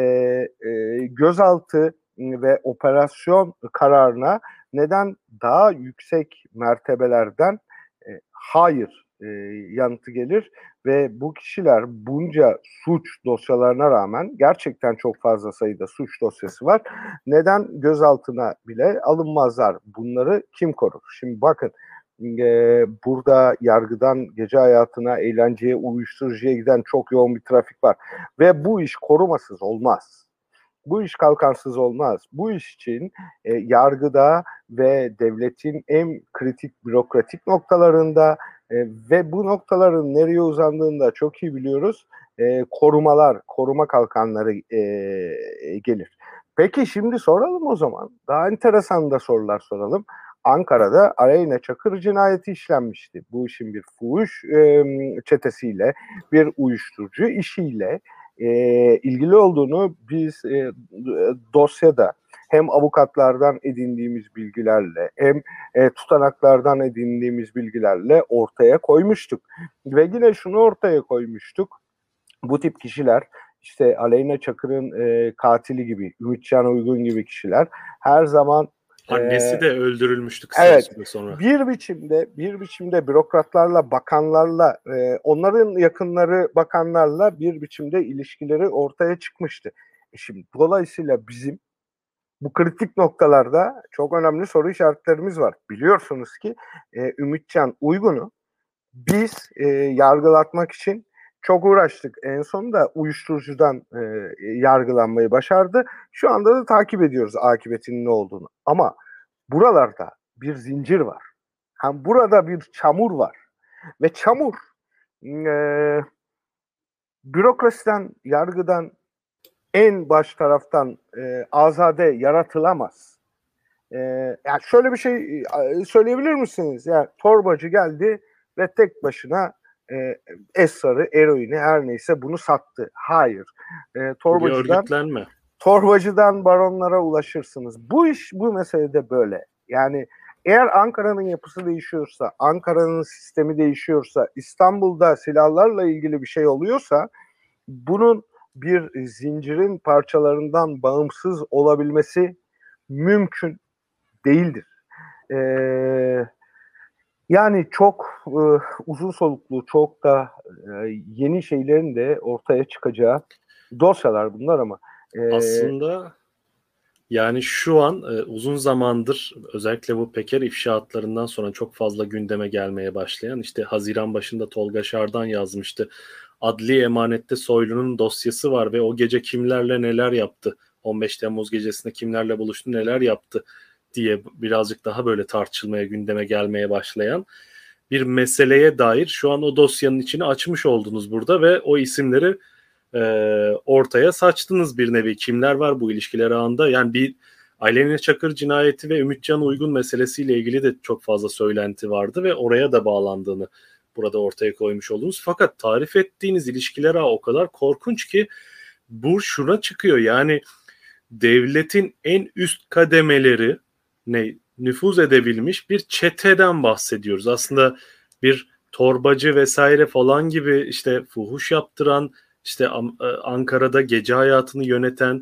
gözaltı ve operasyon kararına neden daha yüksek mertebelerden hayır yanıtı gelir ve bu kişiler bunca suç dosyalarına rağmen, gerçekten çok fazla sayıda suç dosyası var, neden gözaltına bile alınmazlar? Bunları kim korur? Şimdi bakın, burada yargıdan gece hayatına, eğlenceye, uyuşturucuya giden çok yoğun bir trafik var ve bu iş korumasız olmaz. Bu iş kalkansız olmaz. Bu iş için yargıda ve devletin en kritik bürokratik noktalarında ve bu noktaların nereye uzandığını da çok iyi biliyoruz. Koruma kalkanları gelir. Peki şimdi soralım o zaman. Daha enteresan da sorular soralım. Ankara'da Aleyna Çakır cinayeti işlenmişti. Bu işin bir fuhuş çetesiyle, bir uyuşturucu işiyle ilgili olduğunu biz dosyada hem avukatlardan edindiğimiz bilgilerle hem tutanaklardan edindiğimiz bilgilerle ortaya koymuştuk. Ve yine şunu ortaya koymuştuk. Bu tip kişiler, işte Aleyna Çakır'ın katili gibi, Ümitcan Uygun gibi kişiler her zaman annesi de öldürülmüştü kısa süre sonra. Bir biçimde bürokratlarla, bakanlarla, onların yakınları bakanlarla bir biçimde ilişkileri ortaya çıkmıştı. Şimdi dolayısıyla bizim bu kritik noktalarda çok önemli soru işaretlerimiz var. Biliyorsunuz ki Ümitcan Uygun'u biz yargılatmak için çok uğraştık. En sonunda uyuşturucudan yargılanmayı başardı. Şu anda da takip ediyoruz akıbetinin ne olduğunu. Ama buralarda bir zincir var. Hem burada bir çamur var. Ve çamur bürokrasiden, yargıdan, en baş taraftan azade yaratılamaz. Yani şöyle bir şey söyleyebilir misiniz? Yani torbacı geldi ve tek başına esrarı, eroini, her neyse bunu sattı. Hayır. Bir örgütlenme. torbacıdan baronlara ulaşırsınız. Bu iş bu meselede böyle. Yani eğer Ankara'nın yapısı değişiyorsa, Ankara'nın sistemi değişiyorsa, İstanbul'da silahlarla ilgili bir şey oluyorsa bunun bir zincirin parçalarından bağımsız olabilmesi mümkün değildir. Yani çok uzun soluklu, çok da yeni şeylerin de ortaya çıkacağı dosyalar bunlar ama Aslında yani şu an uzun zamandır özellikle bu Peker ifşaatlarından sonra çok fazla gündeme gelmeye başlayan, işte Haziran başında Tolga Şardan yazmıştı. Adli emanette Soylu'nun dosyası var ve o gece kimlerle neler yaptı, 15 Temmuz gecesinde kimlerle buluştu, neler yaptı diye birazcık daha böyle tartışılmaya, gündeme gelmeye başlayan bir meseleye dair şu an o dosyanın içini açmış oldunuz burada ve o isimleri ortaya saçtınız bir nevi. Kimler var bu ilişkiler ağında? Yani bir Aleyna Çakır cinayeti ve Ümitcan Uygun meselesiyle ilgili de çok fazla söylenti vardı ve oraya da bağlandığını burada ortaya koymuş oldunuz. Fakat tarif ettiğiniz ilişkiler ağı o kadar korkunç ki bu şuna çıkıyor. Yani devletin en üst kademeleri nüfuz edebilmiş bir çeteden bahsediyoruz. Aslında bir torbacı vesaire falan gibi, işte fuhuş yaptıran, işte Ankara'da gece hayatını yöneten,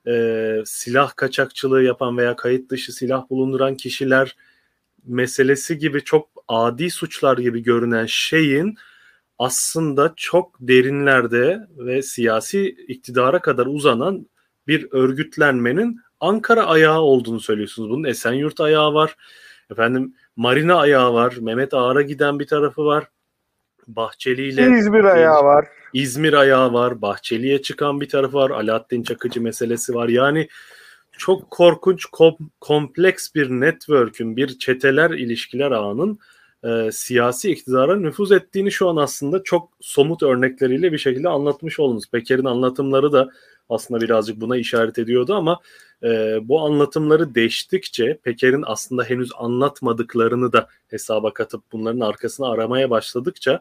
silah kaçakçılığı yapan veya kayıt dışı silah bulunduran kişiler meselesi gibi çok adi suçlar gibi görünen şeyin aslında çok derinlerde ve siyasi iktidara kadar uzanan bir örgütlenmenin Ankara ayağı olduğunu söylüyorsunuz. Bunun Esenyurt ayağı var. Efendim Marina ayağı var. Mehmet Ağar'a giden bir tarafı var. Bahçeli ile İzmir ayağı var. İzmir ayağı var. Bahçeli'ye çıkan bir tarafı var. Alaaddin Çakıcı meselesi var. Yani çok korkunç, kompleks bir network'ün, bir çeteler ilişkiler ağının siyasi iktidara nüfuz ettiğini şu an aslında çok somut örnekleriyle bir şekilde anlatmış oldunuz. Peker'in anlatımları da aslında birazcık buna işaret ediyordu ama bu anlatımları değiştikçe, Peker'in aslında henüz anlatmadıklarını da hesaba katıp bunların arkasını aramaya başladıkça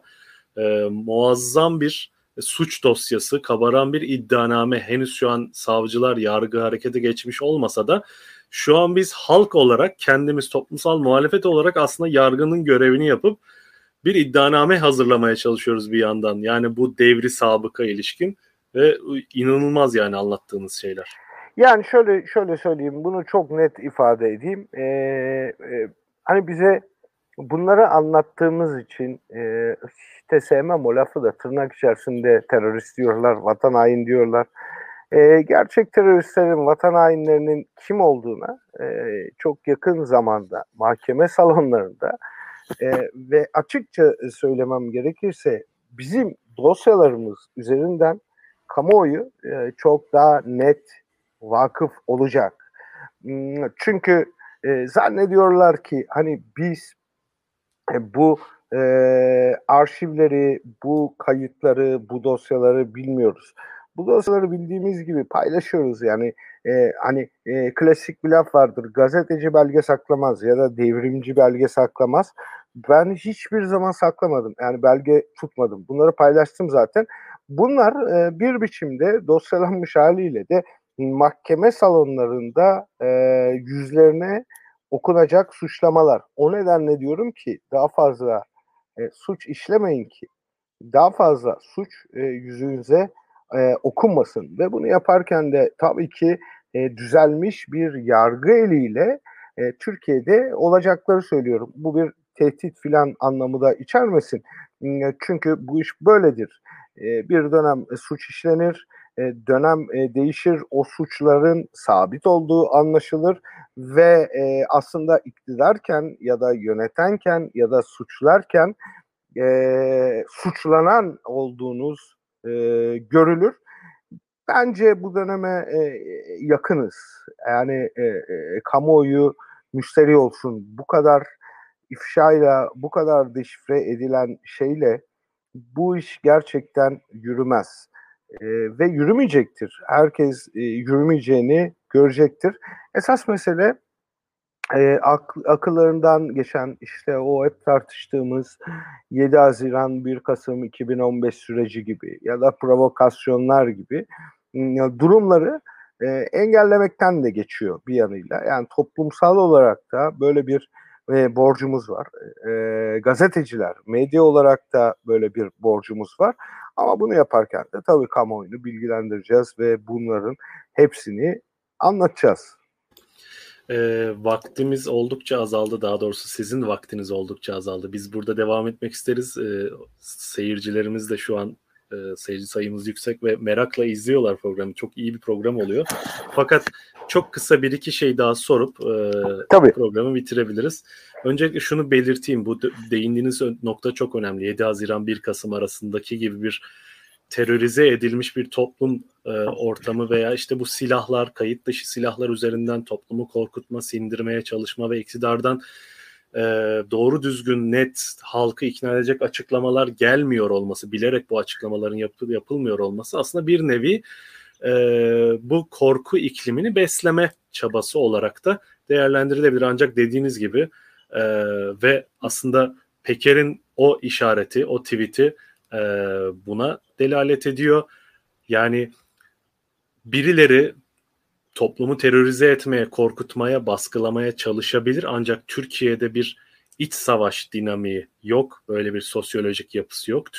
muazzam bir suç dosyası, kabaran bir iddianame, henüz şu an savcılar yargı harekete geçmiş olmasa da şu an biz halk olarak, kendimiz toplumsal muhalefet olarak aslında yargının görevini yapıp bir iddianame hazırlamaya çalışıyoruz bir yandan. Yani bu devri sabıka ilişkin ve inanılmaz yani anlattığınız şeyler. Yani şöyle söyleyeyim, bunu çok net ifade edeyim. Hani bize bunları anlattığımız için işte sevmem o lafı da, tırnak içerisinde terörist diyorlar, vatan hain diyorlar. Gerçek teröristlerin, vatan hainlerinin kim olduğuna çok yakın zamanda mahkeme salonlarında ve açıkça söylemem gerekirse bizim dosyalarımız üzerinden kamuoyu çok daha net vakıf olacak. Çünkü zannediyorlar ki hani biz bu arşivleri, bu kayıtları, bu dosyaları bilmiyoruz. Bu dosyaları bildiğimiz gibi paylaşıyoruz. Yani hani klasik bir laf vardır. Gazeteci belge saklamaz ya da devrimci belge saklamaz. Ben hiçbir zaman saklamadım. Yani belge tutmadım. Bunları paylaştım zaten. Bunlar bir biçimde dosyalanmış haliyle de mahkeme salonlarında yüzlerine okunacak suçlamalar. O nedenle diyorum ki daha fazla suç işlemeyin ki daha fazla suç yüzünüze okunmasın. Ve bunu yaparken de tabii ki düzelmiş bir yargı eliyle Türkiye'de olacakları söylüyorum. Bu bir tehdit filan anlamı da içermesin. Çünkü bu iş böyledir. Bir dönem suç işlenir, dönem değişir, o suçların sabit olduğu anlaşılır ve aslında iktidarken ya da yönetenken ya da suçlarken suçlanan olduğunuz görülür. Bence bu döneme yakınız. Yani kamuoyu müşteri olsun. Bu kadar ifşayla, bu kadar deşifre edilen şeyle bu iş gerçekten yürümez. Ve yürümeyecektir. Herkes yürümeyeceğini görecektir. Esas mesele akıllarından geçen işte o hep tartıştığımız 7 Haziran 1 Kasım 2015 süreci gibi ya da provokasyonlar gibi durumları engellemekten de geçiyor bir yanıyla. Yani toplumsal olarak da böyle bir borcumuz var. Gazeteciler, medya olarak da böyle bir borcumuz var. Ama bunu yaparken de tabii kamuoyunu bilgilendireceğiz ve bunların hepsini anlatacağız. Vaktimiz oldukça azaldı. Daha doğrusu sizin vaktiniz oldukça azaldı. Biz burada devam etmek isteriz. Seyircilerimiz de şu an seyirci sayımız yüksek ve merakla izliyorlar programı. Çok iyi bir program oluyor. Fakat çok kısa bir iki şey daha sorup Tabii. programı bitirebiliriz. Öncelikle şunu belirteyim. Bu değindiğiniz nokta çok önemli. 7 Haziran 1 Kasım arasındaki gibi bir terörize edilmiş bir toplum ortamı veya işte bu silahlar, kayıt dışı silahlar üzerinden toplumu korkutma, sindirmeye çalışma ve iktidardan doğru düzgün net halkı ikna edecek açıklamalar gelmiyor olması, bilerek bu açıklamaların yapılmıyor olması aslında bir nevi bu korku iklimini besleme çabası olarak da değerlendirilebilir. Ancak dediğiniz gibi ve aslında Peker'in o işareti, o tweet'i buna delalet ediyor. Yani birileri toplumu terörize etmeye, korkutmaya, baskılamaya çalışabilir. Ancak Türkiye'de bir iç savaş dinamiği yok. Böyle bir sosyolojik yapısı yok.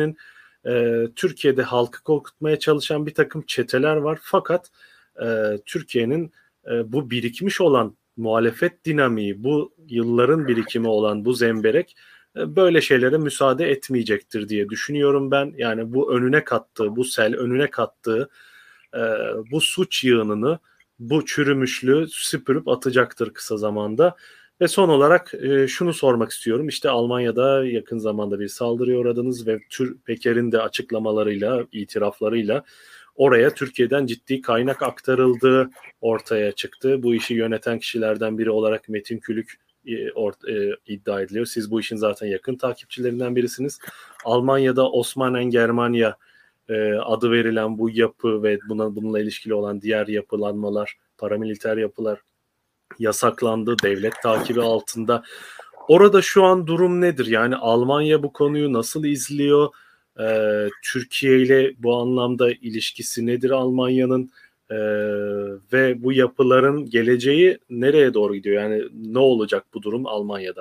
Türkiye'de halkı korkutmaya çalışan bir takım çeteler var. Fakat Türkiye'nin bu birikmiş olan muhalefet dinamiği, bu yılların birikimi olan bu zemberek böyle şeylere müsaade etmeyecektir diye düşünüyorum ben. Yani bu önüne kattığı, bu sel önüne kattığı bu suç yığınını, bu çürümüşlüğü süpürüp atacaktır kısa zamanda. Ve son olarak şunu sormak istiyorum. İşte Almanya'da yakın zamanda bir saldırıya uğradınız ve Peker'in de açıklamalarıyla, itiraflarıyla oraya Türkiye'den ciddi kaynak aktarıldığı ortaya çıktı. Bu işi yöneten kişilerden biri olarak Metin Külük iddia ediliyor. Siz bu işin zaten yakın takipçilerinden birisiniz. Almanya'da Osmanen Germania adı verilen bu yapı ve bununla ilişkili olan diğer yapılanmalar, paramiliter yapılar yasaklandı, devlet takibi altında. Orada şu an durum nedir? Yani Almanya bu konuyu nasıl izliyor? Türkiye ile bu anlamda ilişkisi nedir Almanya'nın? Ve bu yapıların geleceği nereye doğru gidiyor? Yani ne olacak bu durum Almanya'da?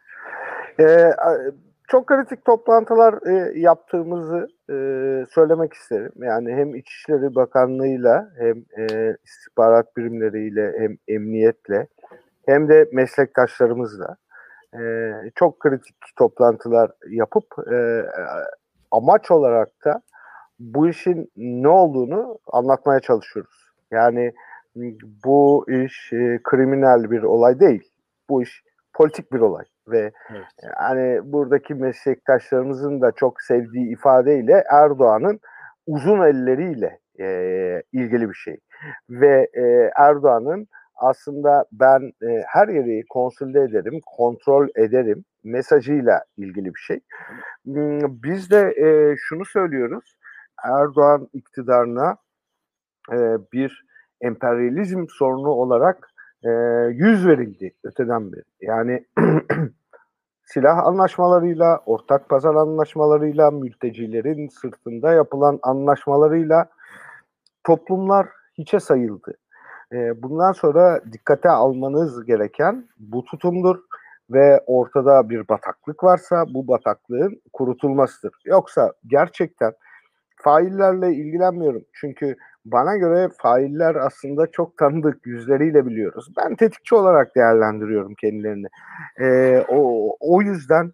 Çok kritik toplantılar yaptığımızı söylemek isterim. Yani hem İçişleri Bakanlığı'yla hem istihbarat birimleriyle hem emniyetle hem de meslektaşlarımızla çok kritik toplantılar yapıp amaç olarak da bu işin ne olduğunu anlatmaya çalışıyoruz. Yani bu iş kriminal bir olay değil. Bu iş politik bir olay ve Evet. yani buradaki meslektaşlarımızın da çok sevdiği ifadeyle Erdoğan'ın uzun elleriyle ilgili bir şey. Ve Erdoğan'ın aslında ben her yeri konsolide ederim, kontrol ederim mesajıyla ilgili bir şey. Biz de şunu söylüyoruz. Erdoğan iktidarına bir emperyalizm sorunu olarak yüz verildi öteden beri. Yani silah anlaşmalarıyla, ortak pazar anlaşmalarıyla, mültecilerin sırtında yapılan anlaşmalarıyla toplumlar hiçe sayıldı. Bundan sonra dikkate almanız gereken bu tutumdur ve ortada bir bataklık varsa bu bataklığın kurutulmasıdır. Yoksa gerçekten faillerle ilgilenmiyorum. Çünkü bana göre failler aslında çok tanıdık, yüzleriyle biliyoruz. Ben tetikçi olarak değerlendiriyorum kendilerini. O yüzden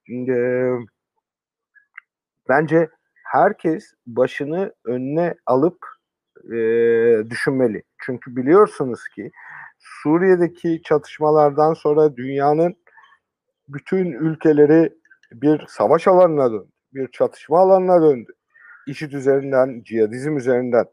bence herkes başını önüne alıp düşünmeli. Çünkü biliyorsunuz ki Suriye'deki çatışmalardan sonra dünyanın bütün ülkeleri bir savaş alanına döndü. Bir çatışma alanına döndü. IŞİD üzerinden, cihadizm üzerinden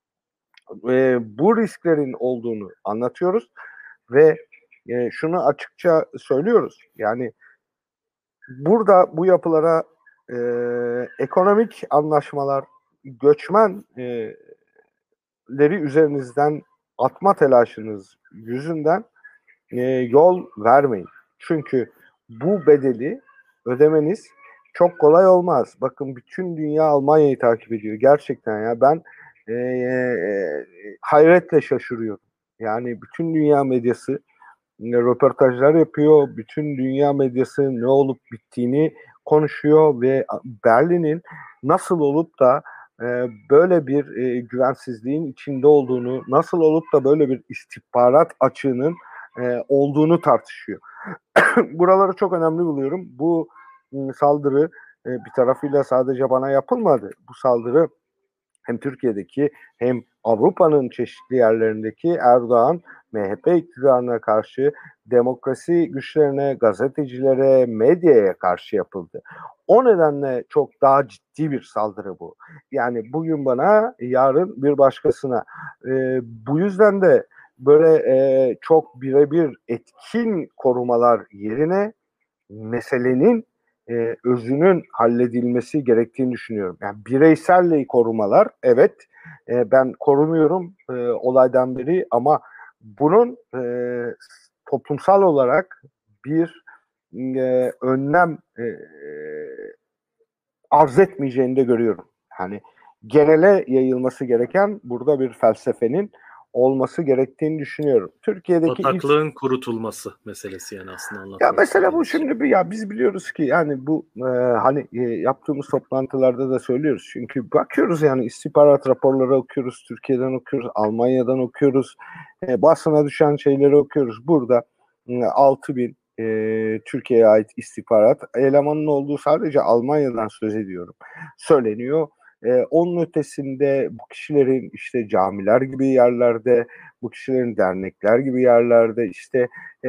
bu risklerin olduğunu anlatıyoruz ve şunu açıkça söylüyoruz. Yani burada bu yapılara ekonomik anlaşmalar, göçmenleri üzerinizden atma telaşınız yüzünden yol vermeyin. Çünkü bu bedeli ödemeniz çok kolay olmaz. Bakın bütün dünya Almanya'yı takip ediyor. Gerçekten ya ben hayretle şaşırıyorum. Yani bütün dünya medyası röportajlar yapıyor. Bütün dünya medyası ne olup bittiğini konuşuyor ve Berlin'in nasıl olup da böyle bir güvensizliğin içinde olduğunu, nasıl olup da böyle bir istihbarat açığının olduğunu tartışıyor. Buraları çok önemli buluyorum. Bu saldırı bir tarafıyla sadece bana yapılmadı. Bu saldırı hem Türkiye'deki hem Avrupa'nın çeşitli yerlerindeki Erdoğan, MHP iktidarına karşı demokrasi güçlerine, gazetecilere, medyaya karşı yapıldı. O nedenle çok daha ciddi bir saldırı bu. Yani bugün bana, yarın bir başkasına. Bu yüzden de böyle çok birebir etkin korumalar yerine meselenin özünün halledilmesi gerektiğini düşünüyorum. Yani bireysel korumalar, evet, ben korumuyorum olaydan beri, ama bunun toplumsal olarak bir önlem arz etmeyeceğini de görüyorum. Yani genele yayılması gereken burada bir felsefenin olması gerektiğini düşünüyorum. Türkiye'deki ilk Bataklığın kurutulması meselesi yani aslında Ya anlatmak mesela bu istediğiniz şey. şimdi biz biliyoruz ki yani bu hani yaptığımız toplantılarda da söylüyoruz. Çünkü bakıyoruz yani istihbarat raporları okuyoruz, Türkiye'den okuyoruz, Almanya'dan okuyoruz. Basına düşen şeyleri okuyoruz. Burada 6.000 Türkiye'ye ait istihbarat elemanının olduğu sadece Almanya'dan söz ediyorum. Söyleniyor. Onun ötesinde bu kişilerin işte camiler gibi yerlerde, bu kişilerin dernekler gibi yerlerde, işte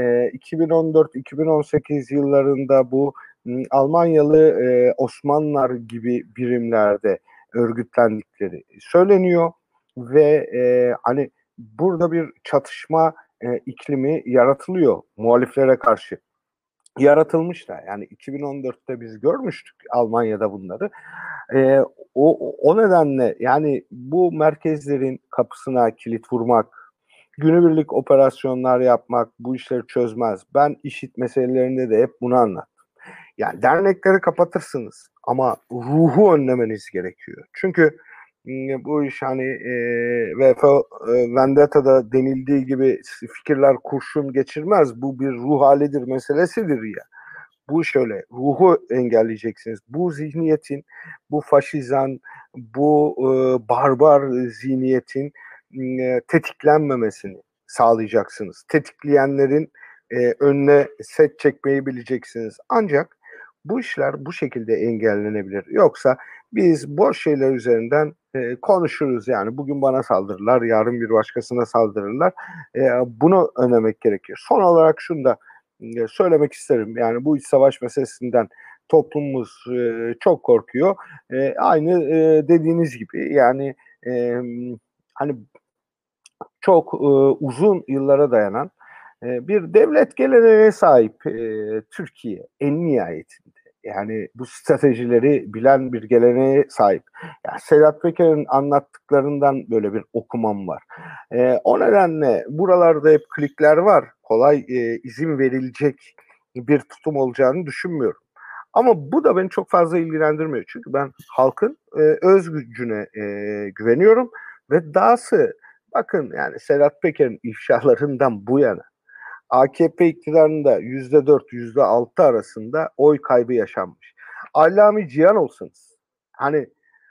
2014-2018 yıllarında bu Almanyalı Osmanlılar gibi birimlerde örgütlendikleri söyleniyor ve hani burada bir çatışma iklimi yaratılıyor muhaliflere karşı. Yaratılmış da, yani 2014'te biz görmüştük Almanya'da bunları. E, o nedenle yani bu merkezlerin kapısına kilit vurmak, günübirlik operasyonlar yapmak bu işleri çözmez. Ben işit meselelerinde de hep bunu anlattım. Yani dernekleri kapatırsınız ama ruhu önlemeniz gerekiyor. Çünkü bu iş hani VF Vendetta'da denildiği gibi fikirler kurşun geçirmez. Bu bir ruh halidir meselesidir ya. Bu şöyle, ruhu engelleyeceksiniz. Bu zihniyetin, bu faşizan, bu barbar zihniyetin tetiklenmemesini sağlayacaksınız. Tetikleyenlerin önüne set çekmeyi bileceksiniz. Ancak bu işler bu şekilde engellenebilir. Yoksa biz boş şeyler üzerinden konuşuruz. Yani bugün bana saldırırlar, yarın bir başkasına saldırırlar. Bunu önlemek gerekiyor. Son olarak şunu da söylemek isterim. Yani bu iç savaş meselesinden toplumumuz çok korkuyor. Aynı dediğiniz gibi yani hani çok uzun yıllara dayanan bir devlet geleneğine sahip Türkiye en nihayetinde. Yani bu stratejileri bilen bir geleneğe sahip. Yani Sedat Peker'in anlattıklarından böyle bir okumam var. O nedenle buralarda hep klikler var. Kolay izin verilecek bir tutum olacağını düşünmüyorum. Ama bu da beni çok fazla ilgilendirmiyor. Çünkü ben halkın öz gücüne güveniyorum ve dahası, bakın yani Sedat Peker'in ifşalarından bu yana AKP iktidarında %4, %6 arasında oy kaybı yaşanmış. Allame Cihan olsanız, hani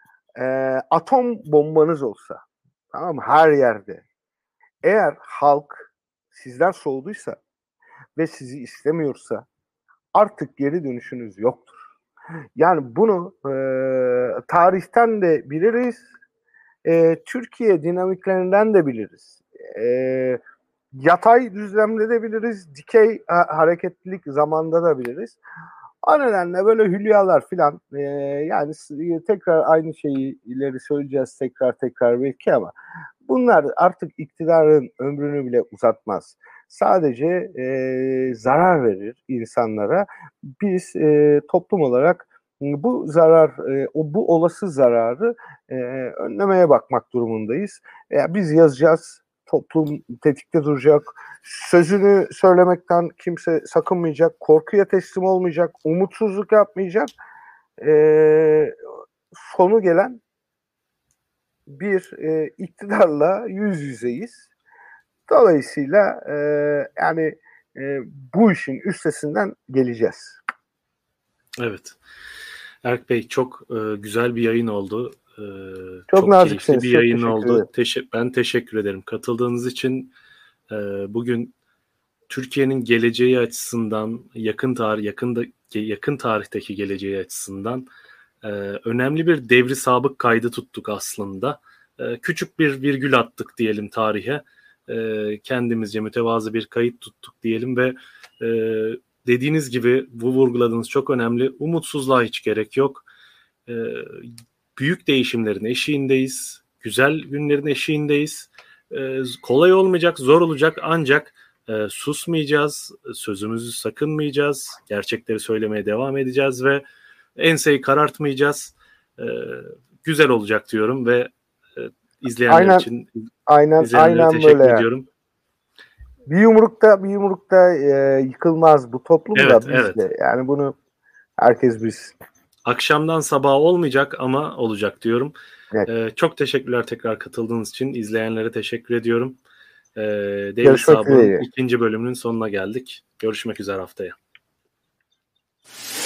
atom bombanız olsa, tamam mı, her yerde, eğer halk sizden soğuduysa ve sizi istemiyorsa artık geri dönüşünüz yoktur. Yani bunu tarihten de biliriz, Türkiye dinamiklerinden de biliriz. Yatay düzlemde de biliriz, dikey hareketlilik zamanda da biliriz. O nedenle böyle hülyalar filan yani tekrar aynı şeyi ileri söyleyeceğiz tekrar belki, ama bunlar artık iktidarın ömrünü bile uzatmaz. Sadece zarar verir insanlara. Biz toplum olarak bu bu olası zararı önlemeye bakmak durumundayız. Biz yazacağız, toplum tetikte duracak, sözünü söylemekten kimse sakınmayacak, korkuya teslim olmayacak, umutsuzluk yapmayacak. Sonu gelen bir iktidarla yüz yüzeyiz. Dolayısıyla yani bu işin üstesinden geleceğiz. Evet. Erk Bey, çok güzel bir yayın oldu. Çok Çok keyifli naziksiniz. bir Çok yayın teşekkür oldu. ederim. Ben teşekkür ederim. Katıldığınız için bugün Türkiye'nin geleceği açısından, yakın tarihteki geleceği açısından önemli bir devri sabık kaydı tuttuk aslında. Küçük bir virgül attık diyelim tarihe. Kendimizce mütevazı bir kayıt tuttuk diyelim ve e, dediğiniz gibi bu vurguladığınız çok önemli. Umutsuzluğa hiç gerek yok. E, Büyük değişimlerin eşiğindeyiz. Güzel günlerin eşiğindeyiz. Kolay olmayacak, zor olacak ancak susmayacağız, sözümüzü sakınmayacağız, gerçekleri söylemeye devam edeceğiz ve enseyi karartmayacağız. E, Güzel olacak diyorum ve e, izleyenler Aynen, için izleyenlere aynen böyle teşekkür yani. ediyorum. Bir yumrukta yıkılmaz bu toplum Evet, da biz evet. de. Yani bunu herkes bilsin. Akşamdan sabaha olmayacak ama olacak diyorum. Evet. Çok teşekkürler tekrar katıldığınız için. İzleyenlere teşekkür ediyorum. Devri Görüşmek Sabık'ın dileğiyle. ikinci bölümünün sonuna geldik. Görüşmek üzere haftaya.